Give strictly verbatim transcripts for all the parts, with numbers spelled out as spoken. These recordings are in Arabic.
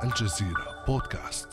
الجزيرة بودكاست.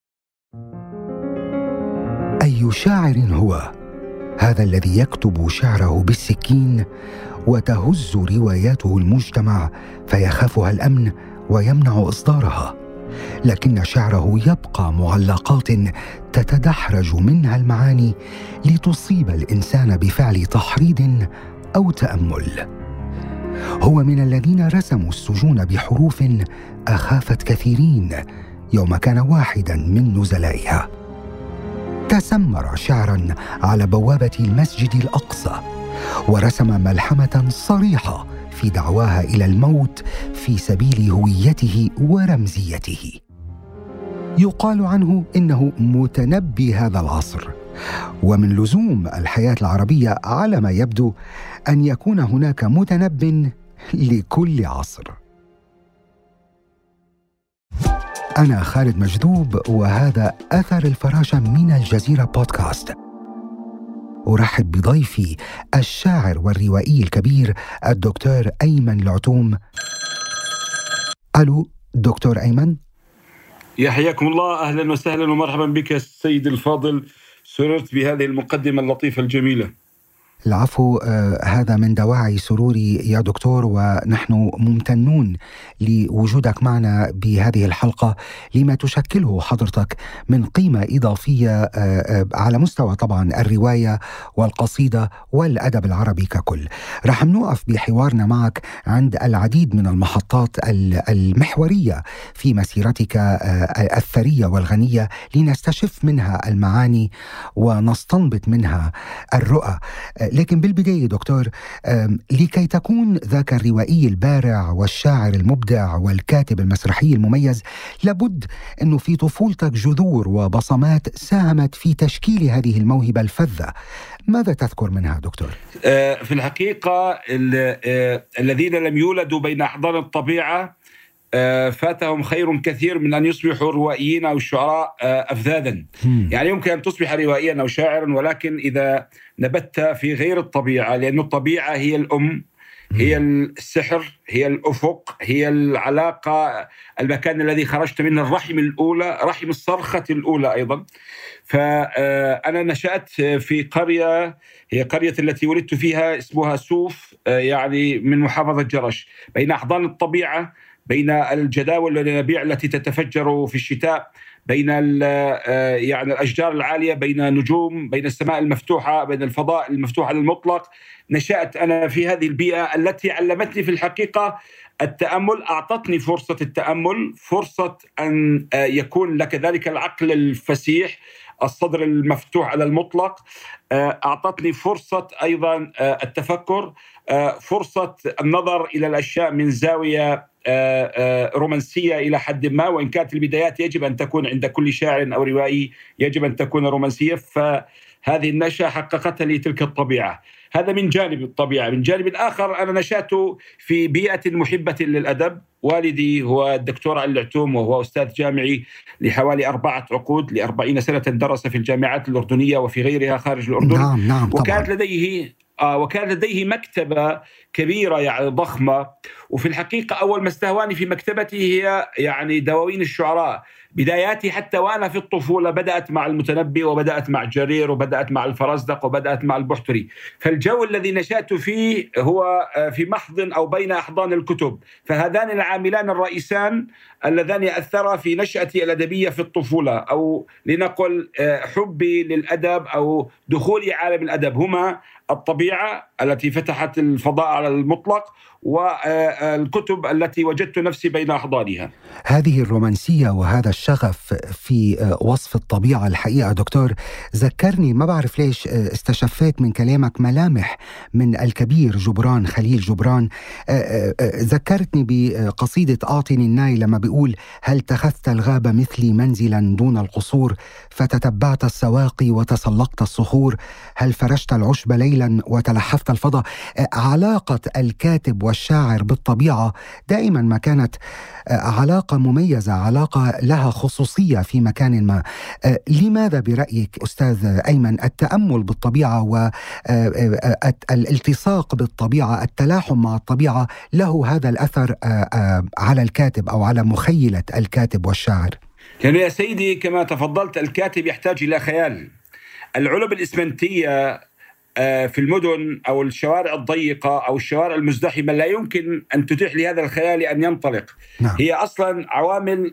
أي شاعر هو هذا الذي يكتب شعره بالسكين وتهز رواياته المجتمع فيخافها الأمن ويمنع إصدارها، لكن شعره يبقى معلقات تتدحرج منها المعاني لتصيب الإنسان بفعل تحريض أو تأمل. هو من الذين رسموا السجون بحروف أخافت كثيرين يوم كان واحدا من نزلائها. تسمر شعرا على بوابة المسجد الأقصى، ورسم ملحمة صريحة في دعواها إلى الموت في سبيل هويته ورمزيته. يقال عنه إنه متنبي هذا العصر، ومن لزوم الحياة العربية على ما يبدو أن يكون هناك متنب لكل عصر. أنا خالد مجذوب، وهذا أثر الفراشة من الجزيرة بودكاست. أرحب بضيفي الشاعر والروائي الكبير الدكتور أيمن العتوم. ألو دكتور أيمن. يا حياكم الله، أهلا وسهلا ومرحبا بك السيد الفاضل. سررت بهذه المقدمة اللطيفة الجميلة. العفو، آه هذا من دواعي سروري يا دكتور، ونحن ممتنون لوجودك معنا بهذه الحلقة لما تشكله حضرتك من قيمة إضافية آه آه على مستوى طبعا الرواية والقصيدة والأدب العربي ككل. رح نوقف بحوارنا معك عند العديد من المحطات المحورية في مسيرتك آه الثرية والغنية لنستشف منها المعاني ونستنبط منها الرؤى. لكن بالبداية دكتور، لكي تكون ذاك الروائي البارع والشاعر المبدع والكاتب المسرحي المميز، لابد أنه في طفولتك جذور وبصمات ساهمت في تشكيل هذه الموهبة الفذة. ماذا تذكر منها دكتور؟ في الحقيقة الذين لم يولدوا بين أحضان الطبيعة فاتهم خير كثير من أن يصبحوا روائيين أو شعراء أفذاذا. يعني يمكن أن تصبح روائيا أو شاعرا، ولكن إذا نبت في غير الطبيعة، لأن الطبيعة هي الأم، هي السحر، هي الأفق، هي العلاقة، المكان الذي خرجت منه، الرحم الأولى، رحم الصرخة الأولى أيضا. فأنا نشأت في قرية، هي قرية التي ولدت فيها، اسمها سوف، يعني من محافظة جرش، بين أحضان الطبيعة، بين الجداول والينابيع التي تتفجر في الشتاء، بين يعني الأشجار العالية، بين نجوم، بين السماء المفتوحة، بين الفضاء المفتوح المطلق. نشأت أنا في هذه البيئة التي علمتني في الحقيقة التأمل، أعطتني فرصة التأمل، فرصة أن يكون لك ذلك العقل الفسيح، الصدر المفتوح على المطلق. أعطتني فرصة أيضا التفكر، فرصة النظر إلى الأشياء من زاوية رومانسية إلى حد ما، وإن كانت البدايات يجب أن تكون عند كل شاعر أو روائي يجب أن تكون رومانسية. فهذه النشأة حققتها لي تلك الطبيعة. هذا من جانب الطبيعة. من جانب آخر، أنا نشأت في بيئة محبة للأدب. والدي هو الدكتور علي العتوم، وهو أستاذ جامعي لحوالي أربعة عقود، لأربعين سنة درس في الجامعات الأردنية وفي غيرها خارج الأردن. نعم نعم طبعا. وكانت لديه آه وكان لديه مكتبة كبيرة يعني ضخمة. وفي الحقيقة أول ما استهواني في مكتبتي هي يعني دواوين الشعراء. بداياتي حتى وأنا في الطفولة بدأت مع المتنبي، وبدأت مع جرير، وبدأت مع الفرزدق، وبدأت مع البحتري. فالجو الذي نشأت فيه هو في محضن أو بين أحضان الكتب. فهذان العاملان الرئيسان اللذان أثرا في نشأتي الأدبية في الطفولة، أو لنقل حبي للأدب أو دخولي عالم الأدب، هما الطبيعة التي فتحت الفضاء على المطلق، والكتب التي وجدت نفسي بين أحضانها. هذه الرومانسية وهذا الشغف في وصف الطبيعة الحقيقة دكتور ذكرني، ما بعرف ليش استشفيت من كلامك ملامح من الكبير جبران، خليل جبران. ذكرتني بقصيدة أعطني الناي لما بيقول: هل تخذت الغاب مثلي منزلا دون القصور، فتتبعت السواقي وتسلقت الصخور، هل فرشت العشب ليلا وتلحفت الفضاء. علاقة الكاتب والشاعر بالطبيعة دائما ما كانت علاقة مميزة، علاقة لها لها خصوصية في مكان ما. لماذا برأيك أستاذ أيمن التأمل بالطبيعة والالتصاق بالطبيعة، التلاحم مع الطبيعة، له هذا الأثر على الكاتب أو على مخيلة الكاتب والشاعر؟ لأنه يا سيدي كما تفضلت الكاتب يحتاج إلى خيال. العلب الإسمنتية في المدن أو الشوارع الضيقة أو الشوارع المزدحمة لا يمكن أن تتيح لهذا الخيال أن ينطلق. نعم. هي أصلا عوامل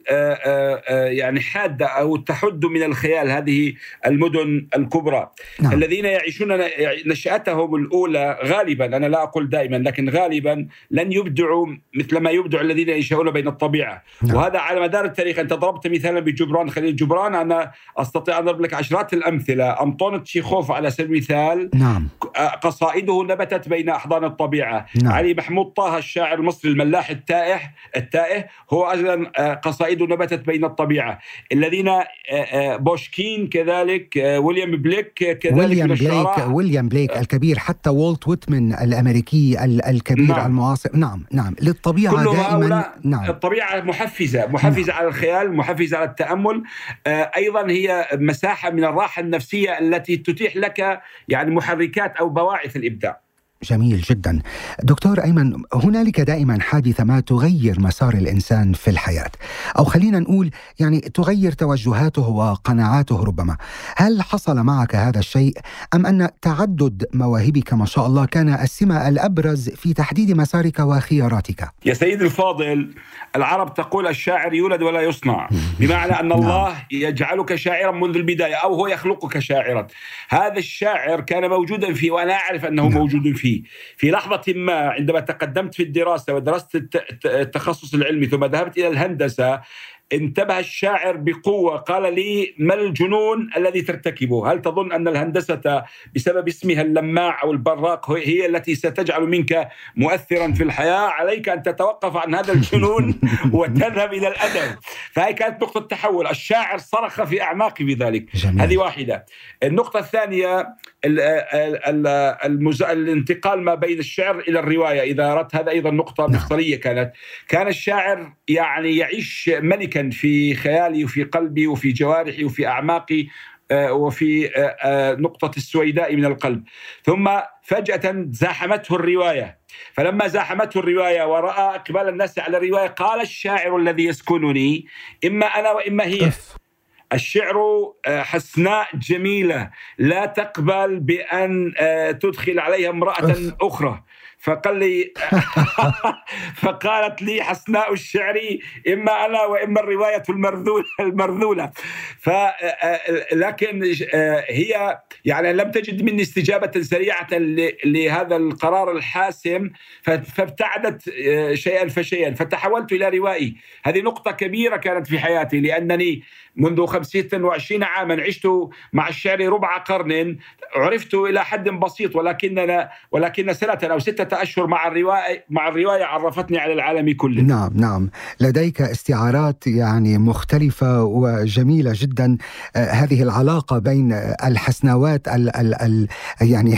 يعني حادة أو تحد من الخيال هذه المدن الكبرى. نعم. الذين يعيشون نشأتهم الأولى غالبا، أنا لا أقول دائما لكن غالبا، لن يبدعوا مثل ما يبدع الذين ينشأون بين الطبيعة. نعم. وهذا على مدار التاريخ. أنت ضربت مثالا بجبران، خليل جبران، أنا أستطيع أن أضرب لك عشرات الأمثلة. أنطون تشيخوف على سبيل المثال، نعم، قصائده نبتت بين أحضان الطبيعة. نعم. علي محمود طه الشاعر المصري الملاح التائه التائه هو أيضا قصائده نبتت بين الطبيعة. الذين بوشكين كذلك، ويليام بليك كذلك، ويليام بليك ويليام بليك الكبير، حتى والت ويتمن الأمريكي الكبير. نعم. المعاصر. نعم نعم للطبيعة دائما. نعم. الطبيعة محفزة محفزة. نعم. على الخيال، محفزة على التأمل. أيضا هي مساحة من الراحة النفسية التي تتيح لك يعني محركات أو بواعث الإبداع. جميل جدا. دكتور أيمن، هنالك دائما حادثة ما تغير مسار الإنسان في الحياة، أو خلينا نقول يعني تغير توجهاته وقناعاته ربما. هل حصل معك هذا الشيء، أم أن تعدد مواهبك ما شاء الله كان السمة الأبرز في تحديد مسارك وخياراتك؟ يا سيد الفاضل، العرب تقول الشاعر يولد ولا يصنع، بمعنى أن الله يجعلك شاعرا منذ البداية أو هو يخلقك شاعرا. هذا الشاعر كان موجودا فيه وأنا أعرف أنه نعم. موجود فيه. في لحظة ما عندما تقدمت في الدراسة ودرست التخصص العلمي ثم ذهبت إلى الهندسة، انتبه الشاعر بقوة، قال لي: ما الجنون الذي ترتكبه؟ هل تظن أن الهندسة بسبب اسمها اللماع أو البراق هي التي ستجعل منك مؤثرا في الحياة؟ عليك أن تتوقف عن هذا الجنون وتذهب إلى الأدب. فهي كانت نقطة تحول. الشاعر صرخ في أعماقي بذلك. جميل. هذه واحدة. النقطة الثانية المز... الانتقال ما بين الشعر إلى الرواية، إذا أردت، هذا أيضا نقطة مفصلية كانت. كان الشاعر يعني يعيش ملكا في خيالي وفي قلبي وفي جوارحي وفي أعماقي وفي نقطة السويداء من القلب. ثم فجأة زاحمته الرواية، فلما زاحمته الرواية ورأى إقبال الناس على الرواية قال الشاعر الذي يسكنني إما أنا وإما هي. الشعر حسناء جميلة لا تقبل بأن تدخل عليها امرأة أخرى. فقال لي فقالت لي حسناء الشعر إما أنا وإما الرواية المرذولة المرذولة. لكن هي يعني لم تجد مني استجابة سريعة لهذا القرار الحاسم، فابتعدت شيئا فشيئا، فتحولت إلى روائي. هذه نقطة كبيرة كانت في حياتي، لأنني منذ خمسين وعشرين عاما عشت مع الشعر ربع قرن، عرفت إلى حد بسيط، ولكننا ولكن سنة أو ستة أشهر مع الرواية مع الرواية عرفتني على العالم كله. نعم نعم لديك استعارات يعني مختلفة وجميلة جدا. آه هذه العلاقة بين الحسناوات ال ال ال يعني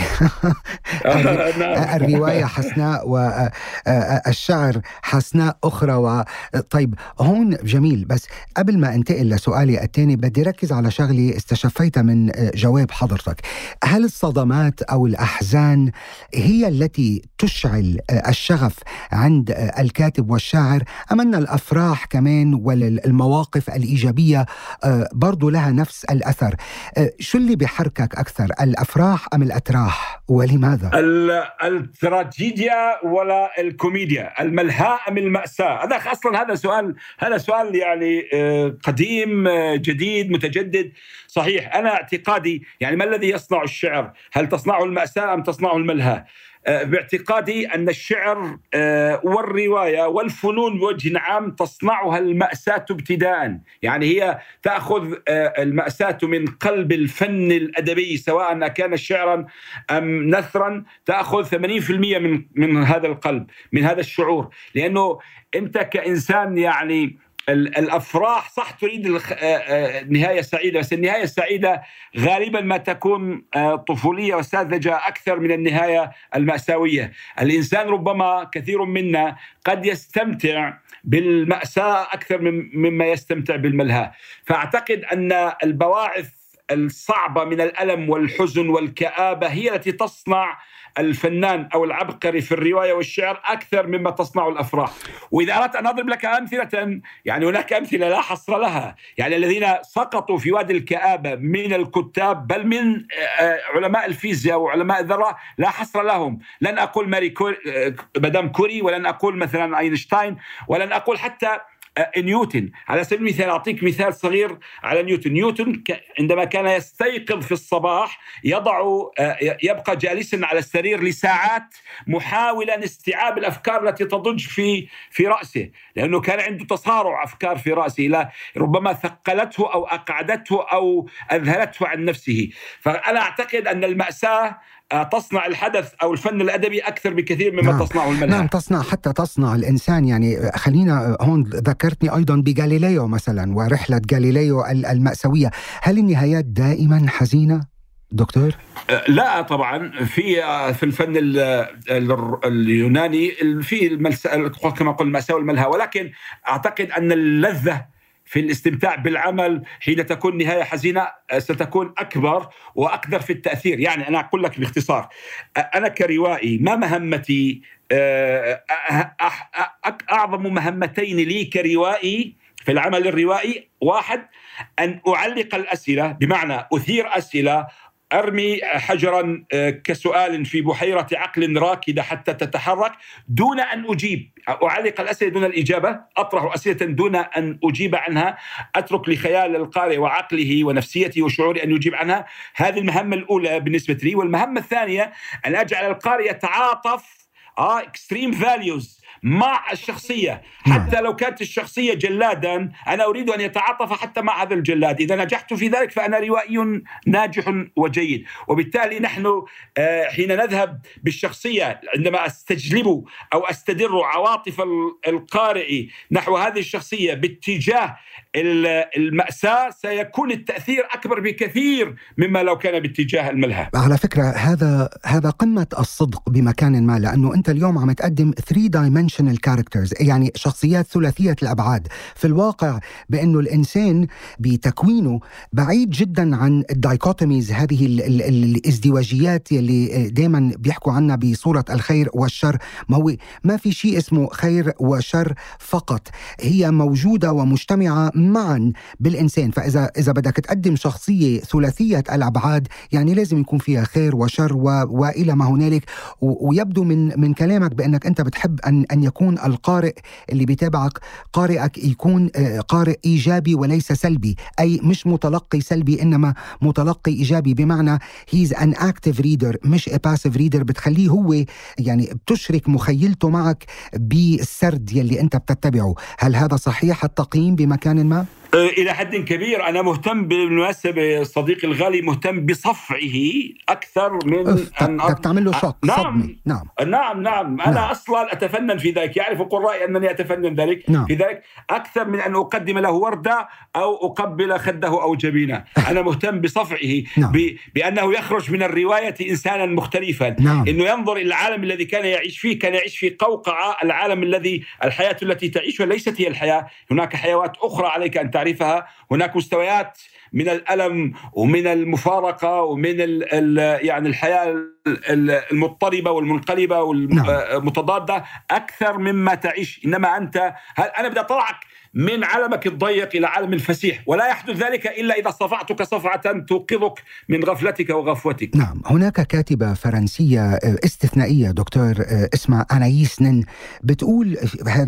الرواية حسناء والشعر حسناء أخرى. و طيب هون جميل، بس قبل ما انتقل لسؤالي الثاني بدي ركز على شغلي استشفيتها من جواب حضرتك. هل الصدمات أو الأحزان هي التي تشعل الشغف عند الكاتب والشاعر، أم أن الأفراح كمان والمواقف الإيجابية برضو لها نفس الأثر؟ شو اللي بيحركك أكثر، الأفراح أم الأتراح، ولماذا؟ التراجيديا ولا الكوميديا، الملهى أم المأساة؟ هذا أصلا هذا سؤال هذا سؤال يعني قديم جديد متجدد. صحيح، أنا اعتقادي يعني ما الذي يصنع الشعر؟ هل تصنعه المأساة أم تصنعه الملهى؟ باعتقادي أن الشعر والرواية والفنون بوجه عام تصنعها المأساة ابتداء. يعني هي تأخذ المأساة من قلب الفن الأدبي، سواء كان شعرا أم نثرا، تأخذ ثمانين بالمئة من من هذا القلب، من هذا الشعور. لأنه أنت كإنسان يعني الأفراح صح تريد النهاية السعيدة، بس النهاية السعيدة غالبا ما تكون طفولية وساذجة أكثر من النهاية المأساوية. الإنسان ربما كثير منا قد يستمتع بالمأساة أكثر مما يستمتع بالملهى. فأعتقد أن البواعث الصعبة من الألم والحزن والكآبة هي التي تصنع الفنان أو العبقري في الرواية والشعر أكثر مما تصنع الأفراح. وإذا أردت أن أضرب لك أمثلة، يعني هناك أمثلة لا حصر لها، يعني الذين سقطوا في وادي الكآبة من الكتاب بل من علماء الفيزياء وعلماء الذرة لا حصر لهم. لن أقول ماري كوري، مدام كوري، ولن أقول مثلا أينشتاين، ولن أقول حتى نيوتن. على سبيل المثال أعطيك مثال صغير على نيوتن. نيوتن عندما كان يستيقظ في الصباح يضع يبقى جالسا على السرير لساعات محاولا استيعاب الأفكار التي تضج في في رأسه، لأنه كان عنده تصارع أفكار في رأسه، لا ربما ثقلته أو أقعدته أو أذهلته عن نفسه. فأنا أعتقد أن المأساة تصنع الحدث أو الفن الأدبي أكثر بكثير مما نعم. تصنعه الملهى. نعم، تصنع حتى تصنع الإنسان. يعني خلينا هون، ذكرتني أيضا بغاليليو مثلا ورحلة غاليليو المأساوية. هل النهايات دائما حزينة دكتور؟ لا طبعا، في في الفن اليوناني في كما قلنا المأساة والملهى، ولكن أعتقد أن اللذة في الاستمتاع بالعمل حين تكون نهاية حزينة ستكون أكبر وأقدر في التأثير. يعني أنا أقول لك باختصار، أنا كروائي ما مهمتي، أعظم مهمتين لي كروائي في العمل الروائي: واحد، أن أعلق الأسئلة، بمعنى أثير أسئلة، أرمي حجرا كسؤال في بحيرة عقل راكدة حتى تتحرك دون أن أجيب، أعلق الأسئلة دون الإجابة، أطرح أسئلة دون أن أجيب عنها، أترك لخيال القارئ وعقله ونفسيته وشعوره أن يجيب عنها. هذه المهمة الأولى بالنسبة لي. والمهمة الثانية أن أجعل القارئ يتعاطف آه extreme values مع الشخصية، حتى لو كانت الشخصية جلادا أنا أريد أن يتعاطف حتى مع هذا الجلاد. إذا نجحت في ذلك فأنا روائي ناجح وجيد. وبالتالي نحن حين نذهب بالشخصية، عندما أستجلب أو أستدر عواطف القارئ نحو هذه الشخصية باتجاه المأساة، سيكون التأثير أكبر بكثير مما لو كان باتجاه الملهى. على فكرة هذا هذا قمة الصدق بمكان ما، لأنه أنت اليوم عم تقدم three dimensional characters، يعني شخصيات ثلاثية الأبعاد. في الواقع بأنه الإنسان بتكوينه بعيد جدا عن الدايكوتوميز، هذه ال ال الازدواجيات اللي دائما بيحكوا عنها بصورة الخير والشر. ما هو ما في شيء اسمه خير وشر فقط، هي موجودة ومجتمعة معا بالإنسان. فإذا إذا بدك تقدم شخصية ثلاثية الأبعاد يعني لازم يكون فيها خير وشر و... وإلى ما هنالك. و... ويبدو من من كلامك بأنك أنت بتحب أن أن يكون القارئ اللي بيتابعك، قارئك، يكون قارئ إيجابي وليس سلبي، أي مش متلقي سلبي إنما متلقي إيجابي، بمعنى he's an active reader مش a passive reader. بتخليه هو يعني بتشرك مخيلته معك بالسرد يلي أنت بتتبعه. هل هذا صحيح التقييم بمكان ما؟ إلى حد كبير. أنا مهتم بالمناسبة صديقي الغالي، مهتم بصفعه أكثر من أن أ... تعمل له شوك. نعم. صدمي. نعم نعم نعم أنا نعم. أصلا أتفنن في ذلك، يعرف قرائي أنني أتفنن ذلك نعم. في ذلك أكثر من أن أقدم له وردة أو أقبل خده أو جبينه. أنا مهتم بصفعه نعم. ب... بأنه يخرج من الرواية إنسانا مختلفا نعم. إنه ينظر إلى العالم الذي كان يعيش فيه، كان يعيش في قوقعة العالم الذي الحياة التي تعيشها ليست هي الحياة، هناك حيوات أخرى عليك أن تعرفها، هناك مستويات من الألم ومن المفارقة ومن ال ال يعني الحياة المضطربة والمنقلبة والمتضادة أكثر مما تعيش. إنما أنت أنا بدي أطلعك من عالمك الضيق إلى عالم الفسيح، ولا يحدث ذلك إلا إذا صفعتك صفعة توقظك من غفلتك وغفوتك. نعم، هناك كاتبة فرنسية استثنائية دكتور اسمها أنايس نين، بتقول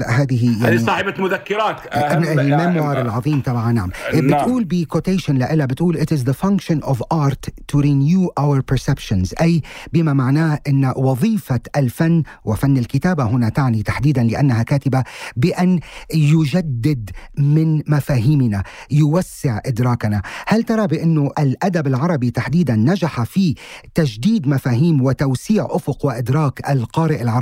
هذه يعني صاحبة مذكرات الميموار العظيم تبعها. نعم. بتقول بكوتيشن لها، بتقول it is the function of art to renew our perceptions، أي بما معناه أن وظيفة الفن وفن الكتابة هنا تعني تحديدا لأنها كاتبة بأن يجدد من مفاهيمنا، يوسع إدراكنا. هل ترى بأنه الأدب العربي تحديدا نجح في تجديد مفاهيم وتوسيع أفق وإدراك القارئ العربي؟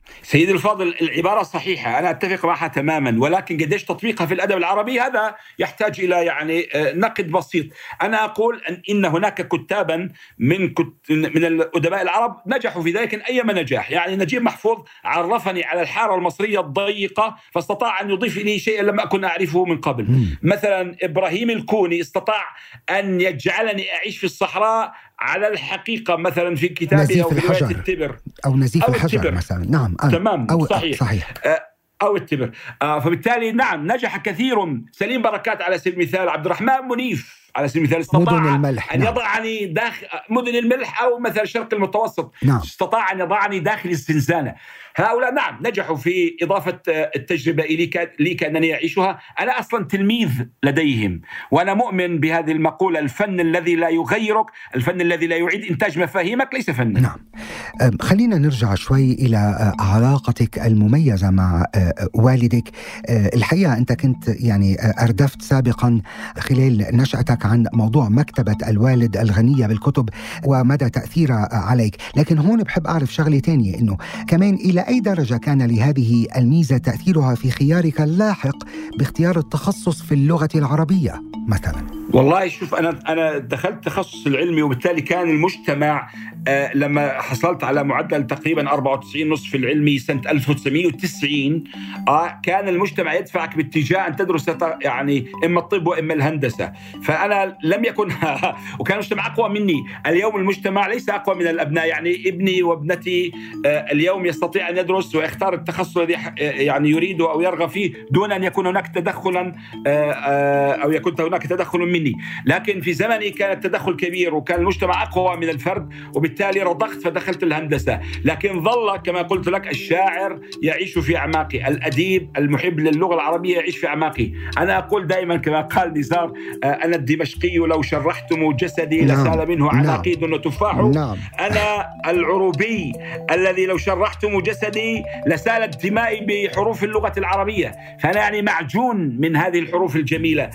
سيدي الفاضل، العبارة صحيحة، أنا أتفق معها تماما، ولكن قديش تطبيقها في الأدب العربي هذا يحتاج إلى يعني نقد بسيط. أنا أقول أن إن هناك كتابا من كت من الأدباء العرب نجحوا في ذلك أيما نجاح. يعني نجيب محفوظ عرفني على الحارة المصرية الضيقة فاستطاع أن يضيف إلي شيئا لم أكن أعرفه من قبل. م. مثلا إبراهيم الكوني استطاع أن يجعلني أعيش في الصحراء على الحقيقة، مثلا في كتابه أو في رواية التبر أو نزيف أو الحجر التبر. مثلا. نعم آه. تمام أو صحيح, صحيح. آه أو التبر. آه فبالتالي نعم نجح كثير. سليم بركات على سبيل المثال، عبد الرحمن منيف على سبيل المثال استطاع مدن الملح. أن نعم. يضعني داخل مدن الملح أو مثلا الشرق المتوسط. نعم. استطاع أن يضعني داخل الزنزانة. هؤلاء نعم نجحوا في إضافة التجربة لي كأنني أعيشها. أنا أصلا تلميذ لديهم، وأنا مؤمن بهذه المقولة: الفن الذي لا يغيرك، الفن الذي لا يعيد إنتاج مفاهيمك ليس فنا. نعم. خلينا نرجع شوي إلى علاقتك المميزة مع والدك. الحقيقة أنت كنت يعني أردفت سابقا خلال نشأتك عن موضوع مكتبة الوالد الغنية بالكتب ومدى تأثيرها عليك، لكن هون بحب أعرف شغلة تانية، إنه كمان إلى أي درجة كان لهذه الميزة تأثيرها في خيارك اللاحق باختيار التخصص في اللغة العربية مثلا؟ والله شوف، أنا أنا دخلت تخصص العلمي، وبالتالي كان المجتمع آه لما حصلت على معدل تقريبا أربعة وتسعين نصف في العلمي سنة ألف وتسعمائة وتسعين، آه كان المجتمع يدفعك باتجاه أن تدرس يعني إما الطب وإما الهندسة. فأنا لم يكن وكان المجتمع أقوى مني. اليوم المجتمع ليس أقوى من الأبناء. يعني ابني وابنتي آه اليوم يستطيع أن يدرس ويختار التخصص الذي يعني يريده أو يرغب فيه دون أن يكون هناك تدخلا آه آه أو يكون هناك تدخل مني. لكن في زمني كان التدخل كبير، وكان المجتمع أقوى من الفرد، وبالتالي رضخت فدخلت الهندسة. لكن ظل كما قلت لك الشاعر يعيش في أعماقي، الأديب المحب للغة العربية يعيش في أعماقي. أنا أقول دائما كما قال نزار: أنا الدمشقي لو شرحتم جسدي لسال منه عناقيد وتفاح. نعم. أنا العروبي الذي لو شرحتم جسدي لسالت دمائي بحروف اللغة العربية. فأنا يعني معجون من هذه الحروف الجميلة،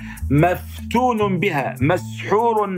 مفتون بها، مسحور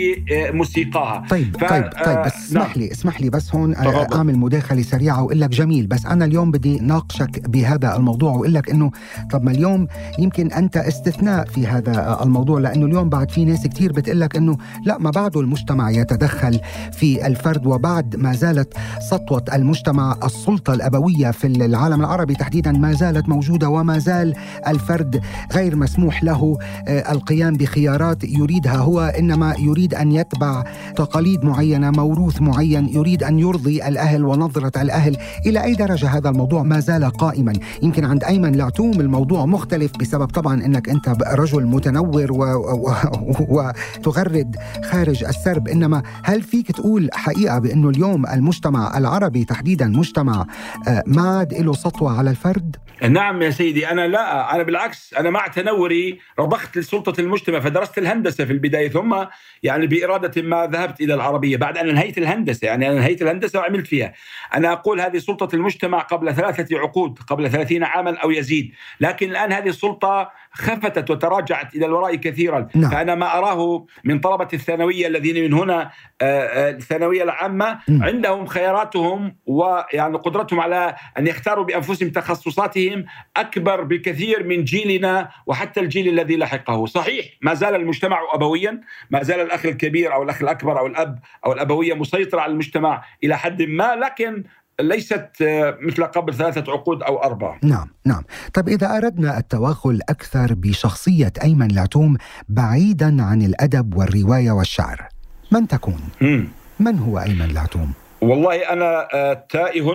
بموسيقاها. طيب ف... طيب طيب بس اسمح نعم. لي اسمح لي بس هون تفضل. اعمل مداخله سريعه واقول لك جميل، بس انا اليوم بدي ناقشك بهذا الموضوع واقول لك انه طب ما اليوم يمكن انت استثناء في هذا الموضوع، لانه اليوم بعد في ناس كتير بتقول لك انه لا، ما بعده المجتمع يتدخل في الفرد، وبعد ما زالت سطوه المجتمع السلطه الابويه في العالم العربي تحديدا ما زالت موجوده، وما زال الفرد غير مسموح له القيام بخيارات يريدها هو، إنما يريد أن يتبع تقاليد معينة، موروث معين، يريد أن يرضي الأهل ونظرة الأهل. إلى أي درجة هذا الموضوع ما زال قائما؟ يمكن عند أيمن العتوم الموضوع مختلف بسبب طبعا أنك أنت رجل متنور وتغرد خارج السرب، إنما هل فيك تقول حقيقة بأنه اليوم المجتمع العربي تحديدا مجتمع ما عاد له سطوة على الفرد؟ نعم يا سيدي، أنا لا، أنا بالعكس، أنا مع تنوري رضخت لسلطة المجتمع، فدرست الهندسة في البداية، ثم يعني بإرادة ما ذهبت إلى العربية بعد أن انهيت الهندسة. يعني أنا انهيت الهندسة وعملت فيها. أنا أقول هذه سلطة المجتمع قبل ثلاثة عقود، قبل ثلاثين عاما أو يزيد، لكن الآن هذه السلطة خفتت وتراجعت إلى الوراء كثيرا. نعم. فأنا ما أراه من طلبة الثانوية الذين من هنا الثانوية العامة م. عندهم خياراتهم ويعني قدرتهم على أن يختاروا بأنفسهم تخصصاتهم أكبر بكثير من جيلنا وحتى الجيل الذي لحقه. صحيح ما زال المجتمع أبويا، ما زال الأخ الكبير أو الأخ الأكبر أو الأب أو الأبوية مسيطر على المجتمع إلى حد ما، لكن ليست مثل قبل ثلاثة عقود أو أربعة. نعم نعم. طب إذا أردنا التوغل أكثر بشخصية أيمن العتوم بعيدا عن الأدب والرواية والشعر، من تكون؟ م. من هو أيمن العتوم؟ والله أنا تائه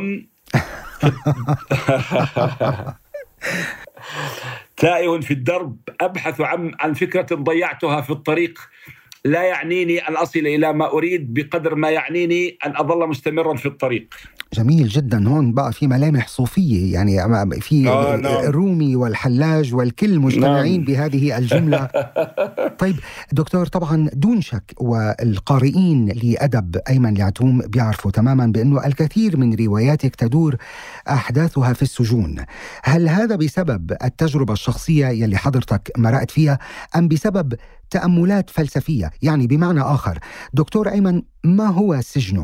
تائه في الدرب، أبحث عن عن فكرة ضيعتها في الطريق. لا يعنيني أن أصل إلى ما أريد بقدر ما يعنيني أن أظل مستمرا في الطريق. جميل جدا. هون بقى في ملامح صوفية، يعني في آه نعم. الرومي والحلاج والكل مجتمعين نعم. بهذه الجملة. طيب دكتور، طبعا دون شك والقارئين لأدب أيمن العتوم بيعرفوا تماما بأنه الكثير من رواياتك تدور أحداثها في السجون. هل هذا بسبب التجربة الشخصية يلي حضرتك مرأت فيها أم بسبب تأملات فلسفية؟ يعني بمعنى آخر دكتور أيمن، ما هو سجنك؟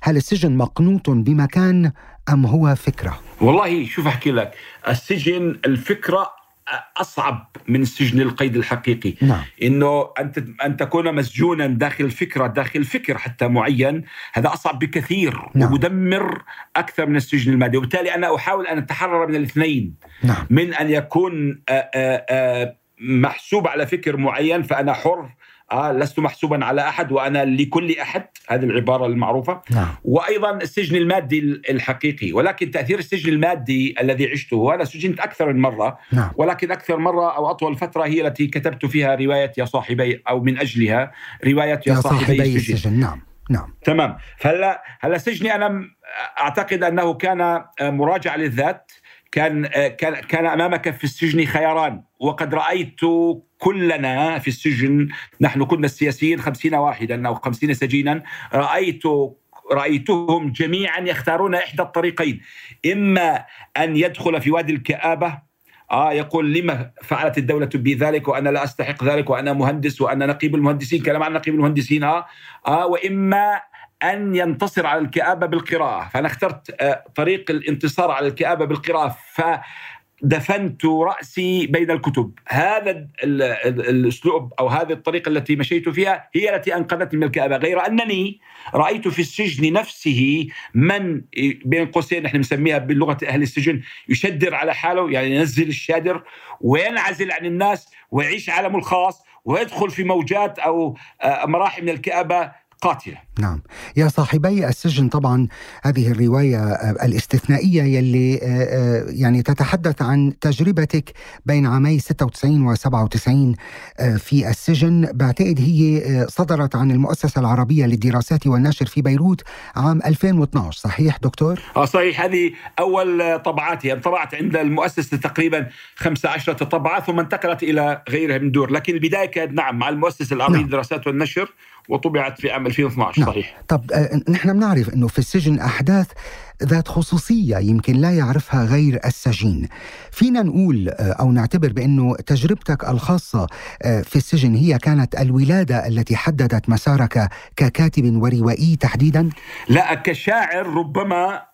هل السجن مقنوط بمكان أم هو فكرة؟ والله شوف أحكي لك، السجن الفكرة أصعب من السجن القيد الحقيقي. نعم. إنه أنت أن تكون مسجونا داخل فكرة، داخل فكر حتى معين، هذا أصعب بكثير. نعم. ومدمر أكثر من السجن المادي، وبالتالي أنا أحاول أن أتحرر من الاثنين. نعم. من أن يكون آآ آآ محسوب على فكر معين فأنا حر، آه لست محسوبا على أحد وأنا لكل أحد، هذه العبارة المعروفة. نعم. وأيضا السجن المادي الحقيقي. ولكن تأثير السجن المادي الذي عشته، وأنا سجنت أكثر من مرة. نعم. ولكن أكثر مرة أو أطول فترة هي التي كتبت فيها رواية يا صاحبي، أو من أجلها رواية يا, يا صاحبي, صاحبي السجن. السجن. نعم. نعم. تمام. فهلا هلا سجني أنا أعتقد أنه كان مراجعة للذات. كان كان كان أمامك في السجن خياران، وقد رأيت كلنا في السجن، نحن كنا السياسيين خمسين واحدا أو خمسين سجينا، رأيت رأيتهم جميعا يختارون إحدى الطريقين: إما أن يدخل في وادي الكآبة، آه يقول لما فعلت الدولة بذلك وأنا لا أستحق ذلك وأنا مهندس وأنا نقيب المهندسين، كلام عن نقيب المهندسين، آه, آه وإما أن ينتصر على الكآبة بالقراءة. فأنا اخترت آه طريق الانتصار على الكآبة بالقراءة، فدفنت رأسي بين الكتب. هذا الأسلوب أو هذه الطريقة التي مشيت فيها هي التي أنقذتني من الكآبة. غير أنني رأيت في السجن نفسه من بين قوسين نحن نسميها باللغة أهل السجن يشدر على حاله، يعني ينزل الشادر وينعزل عن الناس ويعيش عالمه الخاص ويدخل في موجات أو مراحل من الكآبة قاتلة. نعم. يا صاحبي السجن، طبعا هذه الرواية الاستثنائية يلي يعني تتحدث عن تجربتك بين عامي ستة وتسعين و سبعة وتسعين في السجن. بعتقد هي صدرت عن المؤسسة العربية للدراسات والنشر في بيروت عام ألفين واثناشر، صحيح دكتور؟ آه صحيح. هذه أول طبعاتي، طبعت عند المؤسسة تقريبا خمسة عشر طبعة ثم انتقلت إلى غيرها من دور، لكن البداية كانت نعم مع المؤسسة العربية نعم. للدراسات والنشر، وطبعت في عام ألفين واثناشر. نعم. صحيح. طب نحن بنعرف أنه في السجن أحداث ذات خصوصية يمكن لا يعرفها غير السجين. فينا نقول أو نعتبر بأنه تجربتك الخاصة في السجن هي كانت الولادة التي حددت مسارك ككاتب وروائي تحديدا؟ لا، كشاعر ربما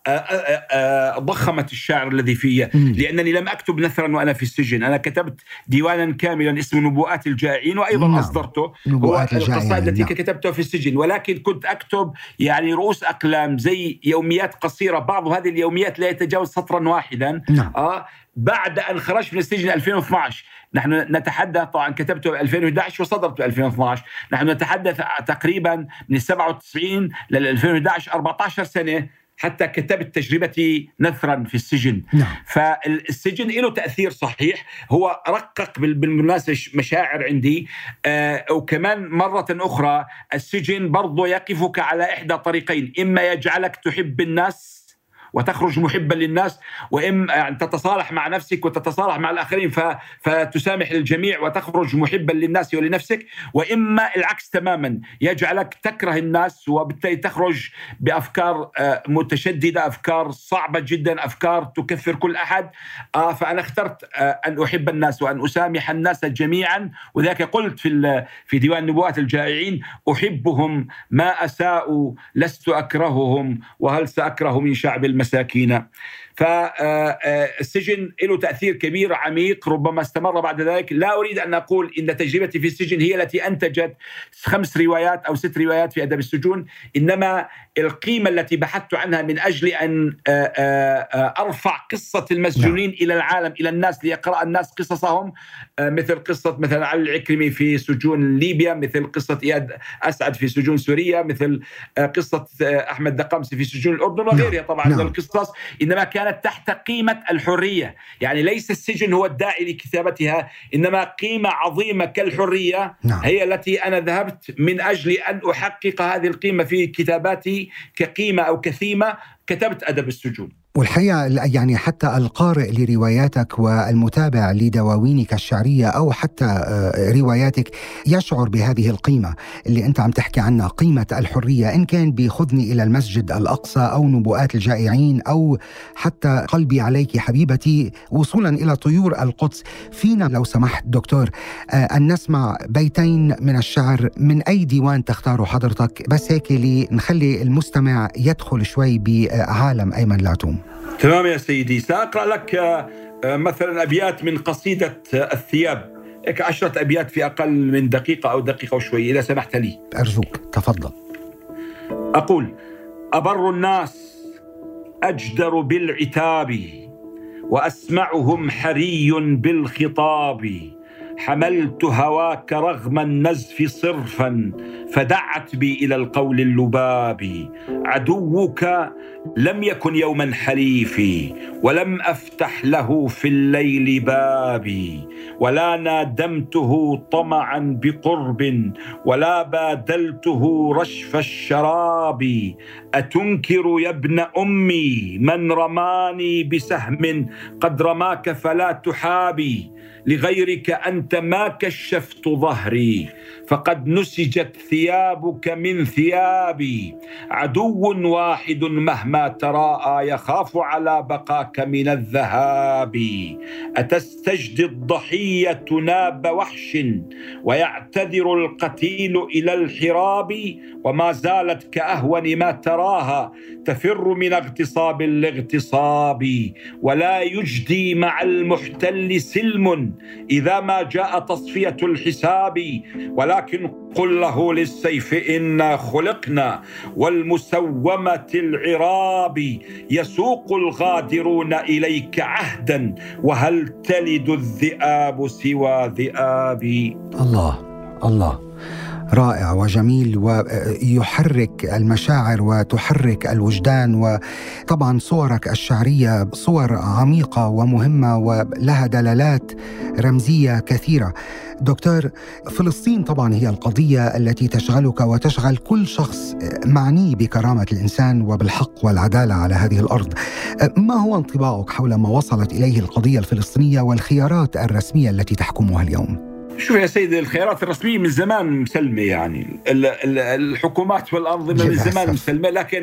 ضخمت الشعر الذي فيه، لأنني لم أكتب نثرا وأنا في السجن. أنا كتبت ديوانا كاملا اسمه نبوءات الجائعين، وأيضا نعم. أصدرته. هو القصائد التي نعم. كتبتها في السجن، ولكن كنت أكتب يعني رؤوس أقلام زي يوميات قصيرة، بعض هذه اليوميات لا يتجاوز سطرا واحدا. نعم. آه بعد أن خرجت من السجن ألفين واثناشر، نحن نتحدث طبعا كتبته ألفين وإحدى عشر وصدرت ألفين واثناشر، نحن نتحدث تقريبا من سبعة وتسعين ل ألفين وإحدى عشر أربعة عشر سنة حتى كتبت تجربتي نثرا في السجن. نعم. فالسجن له تأثير صحيح، هو رقق بالمناسبة مشاعر عندي. آه وكمان مرة أخرى السجن برضو يقفك على إحدى طريقين: إما يجعلك تحب الناس وتخرج محبا للناس، وإما يعني تتصالح مع نفسك وتتصالح مع الآخرين فتسامح للجميع وتخرج محبا للناس ولنفسك، وإما العكس تماما، يجعلك تكره الناس وبالتالي تخرج بأفكار متشددة، أفكار صعبة جدا، أفكار تكفر كل أحد. فأنا اخترت أن أحب الناس وأن أسامح الناس جميعا، وذلك قلت في في ديوان نبوءات الجائعين: أحبهم ما أساءوا لست أكرههم وهل سأكره من شعب المساكين. فالسجن له تأثير كبير عميق ربما استمر بعد ذلك. لا أريد أن أقول إن تجربتي في السجن هي التي أنتجت خمس روايات أو ست روايات في أدب السجون، إنما القيمة التي بحثت عنها من أجل أن أرفع قصة المسجونين إلى العالم، إلى الناس، ليقرأ الناس قصصهم، مثل قصة مثلا علي العكرمي في سجون ليبيا، مثل قصة إياد أسعد في سجون سوريا، مثل قصة أحمد دقامسي في سجون الأردن وغيرها طبعا من القصص، إنما كانت تحت قيمة الحرية. يعني ليس السجن هو الداعي لكتابتها، إنما قيمة عظيمة كالحرية هي التي أنا ذهبت من أجل أن أحقق هذه القيمة في كتاباتي كقيمة أو كثيمة. كتبت أدب السجون. والحقيقة يعني حتى القارئ لرواياتك والمتابع لدواوينك الشعرية أو حتى رواياتك يشعر بهذه القيمة اللي أنت عم تحكي عنها، قيمة الحرية، إن كان بخذني إلى المسجد الأقصى أو نبوءات الجائعين أو حتى قلبي عليك حبيبتي وصولا إلى طيور القدس. فينا لو سمحت دكتور أن نسمع بيتين من الشعر من أي ديوان تختاره حضرتك، بس هيك لنخلي المستمع يدخل شوي بعالم أيمن لعتوم. تمام يا سيدي، سأقرأ لك مثلا أبيات من قصيدة الثياب، هيك عشرة أبيات في أقل من دقيقة أو دقيقة وشوي إذا سمحت لي. أرجوك تفضل. أقول: أبر الناس أجدر بالعتاب، وأسمعهم حري بالخطاب. حملت هواك رغم النزف صرفا، فدعت بي إلى القول اللباب. عدوك لم يكن يوما حليفي، ولم أفتح له في الليل بابي. ولا نادمته طمعا بقرب، ولا بادلته رشف الشراب. أتنكر يا ابن أمي من رماني بسهم قد رماك فلا تحابي. لغيرك أنت ما كشفت ظهري، فقد نسجت ثيابك من ثيابي. عدو واحد مهما تراءى يخاف على بقاك من الذهاب. أتستجدي الضحية ناب وحش، ويعتذر القتيل إلى الحراب. وما زالت كأهون ما تراها تفر من اغتصاب الاغتصاب. ولا يجدي مع المحتل سلم إذا ما جاء تصفية الحساب. ولكن قل له للسيف إنا خلقنا، والمسومة العراب. يسوق الغادرون إليك عهدا، وهل تلد الذئاب سوى ذئابي. الله الله، رائع وجميل ويحرك المشاعر وتحرك الوجدان. وطبعا صورك الشعرية صور عميقة ومهمة ولها دلالات رمزية كثيرة. دكتور، فلسطين طبعا هي القضية التي تشغلك وتشغل كل شخص معني بكرامة الإنسان وبالحق والعدالة على هذه الأرض. ما هو انطباعك حول ما وصلت إليه القضية الفلسطينية والخيارات الرسمية التي تحكمها اليوم؟ شوف يا سيدي، الخيارات الرسمية من زمان مسلمة، يعني الحكومات والأنظمة من زمان مسلمة، لكن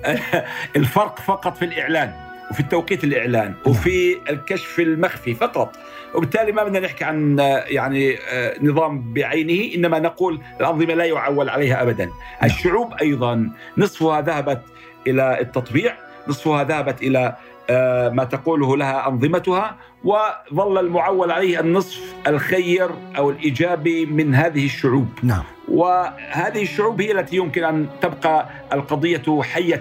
الفرق فقط في الإعلان وفي التوقيت الإعلان وفي الكشف المخفي فقط. وبالتالي ما بدنا نحكي عن يعني نظام بعينه، إنما نقول الأنظمة لا يعول عليها أبدا. الشعوب أيضا نصفها ذهبت إلى التطبيع، نصفها ذهبت إلى ما تقوله لها أنظمتها، وظل المعول عليه النصف الخير أو الإيجابي من هذه الشعوب. نعم. وهذه الشعوب هي التي يمكن أن تبقى القضية حية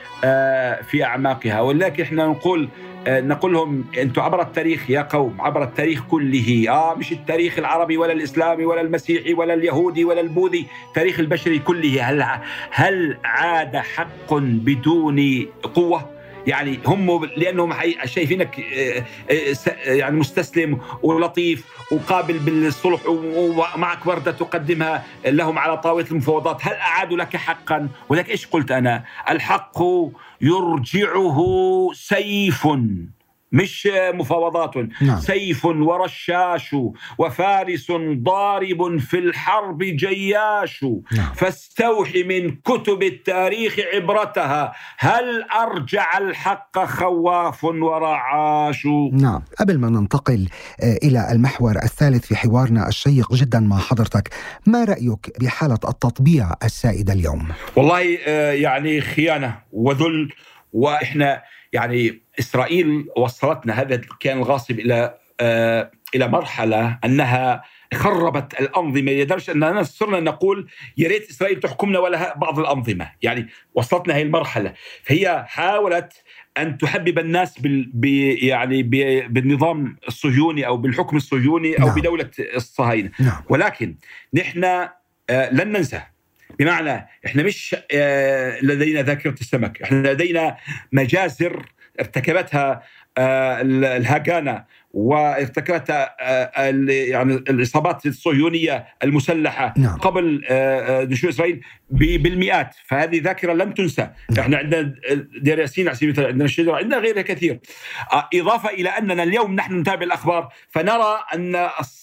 في أعماقها. ولكن إحنا نقول نقول لهم: أنتم عبر التاريخ يا قوم، عبر التاريخ كله، آه مش التاريخ العربي ولا الإسلامي ولا المسيحي ولا اليهودي ولا البوذي، تاريخ البشري كله. هل هل عاد حق بدون قوة؟ يعني هم لأنهم شايفينك يعني مستسلم ولطيف وقابل بالصلح ومعك وردة تقدمها لهم على طاولة المفاوضات، هل أعادوا لك حقا؟ ولك إيش قلت أنا؟ الحق يرجعه سيف، مش مفاوضات. نعم. سيف ورشاش وفارس ضارب في الحرب جياش. نعم. فاستوحي من كتب التاريخ عبرتها، هل أرجع الحق خواف ورعاش. نعم. قبل ما ننتقل إلى المحور الثالث في حوارنا الشيق جدا مع حضرتك، ما رأيك بحالة التطبيع السائدة اليوم؟ والله يعني خيانة وذل. وإحنا يعني إسرائيل وصلتنا هذا كان الغاصب إلى آه إلى مرحلة أنها خربت الأنظمة لدرجة أننا صرنا نقول يا ريت إسرائيل تحكمنا ولا بعض الأنظمة. يعني وصلتنا هذه المرحلة. فهي حاولت أن تحبب الناس بال يعني بالنظام الصهيوني أو بالحكم الصهيوني أو نعم. بدولة الصهاينة. نعم. ولكن نحن آه لن ننسى، بمعنى إحنا مش آه لدينا ذاكرة السمك، إحنا لدينا مجازر ارتكبتها الهاغانا وارتكبت يعني الإصابات الصهيونية المسلحة نعم. قبل نشوء إسرائيل بالمئات، فهذه ذاكرة لن تنسى. نعم. احنا عندنا دير ياسين على سبيل المثال، عندنا الشجرة، عندنا غيرها كثير. إضافة إلى أننا اليوم نحن نتابع الأخبار فنرى أن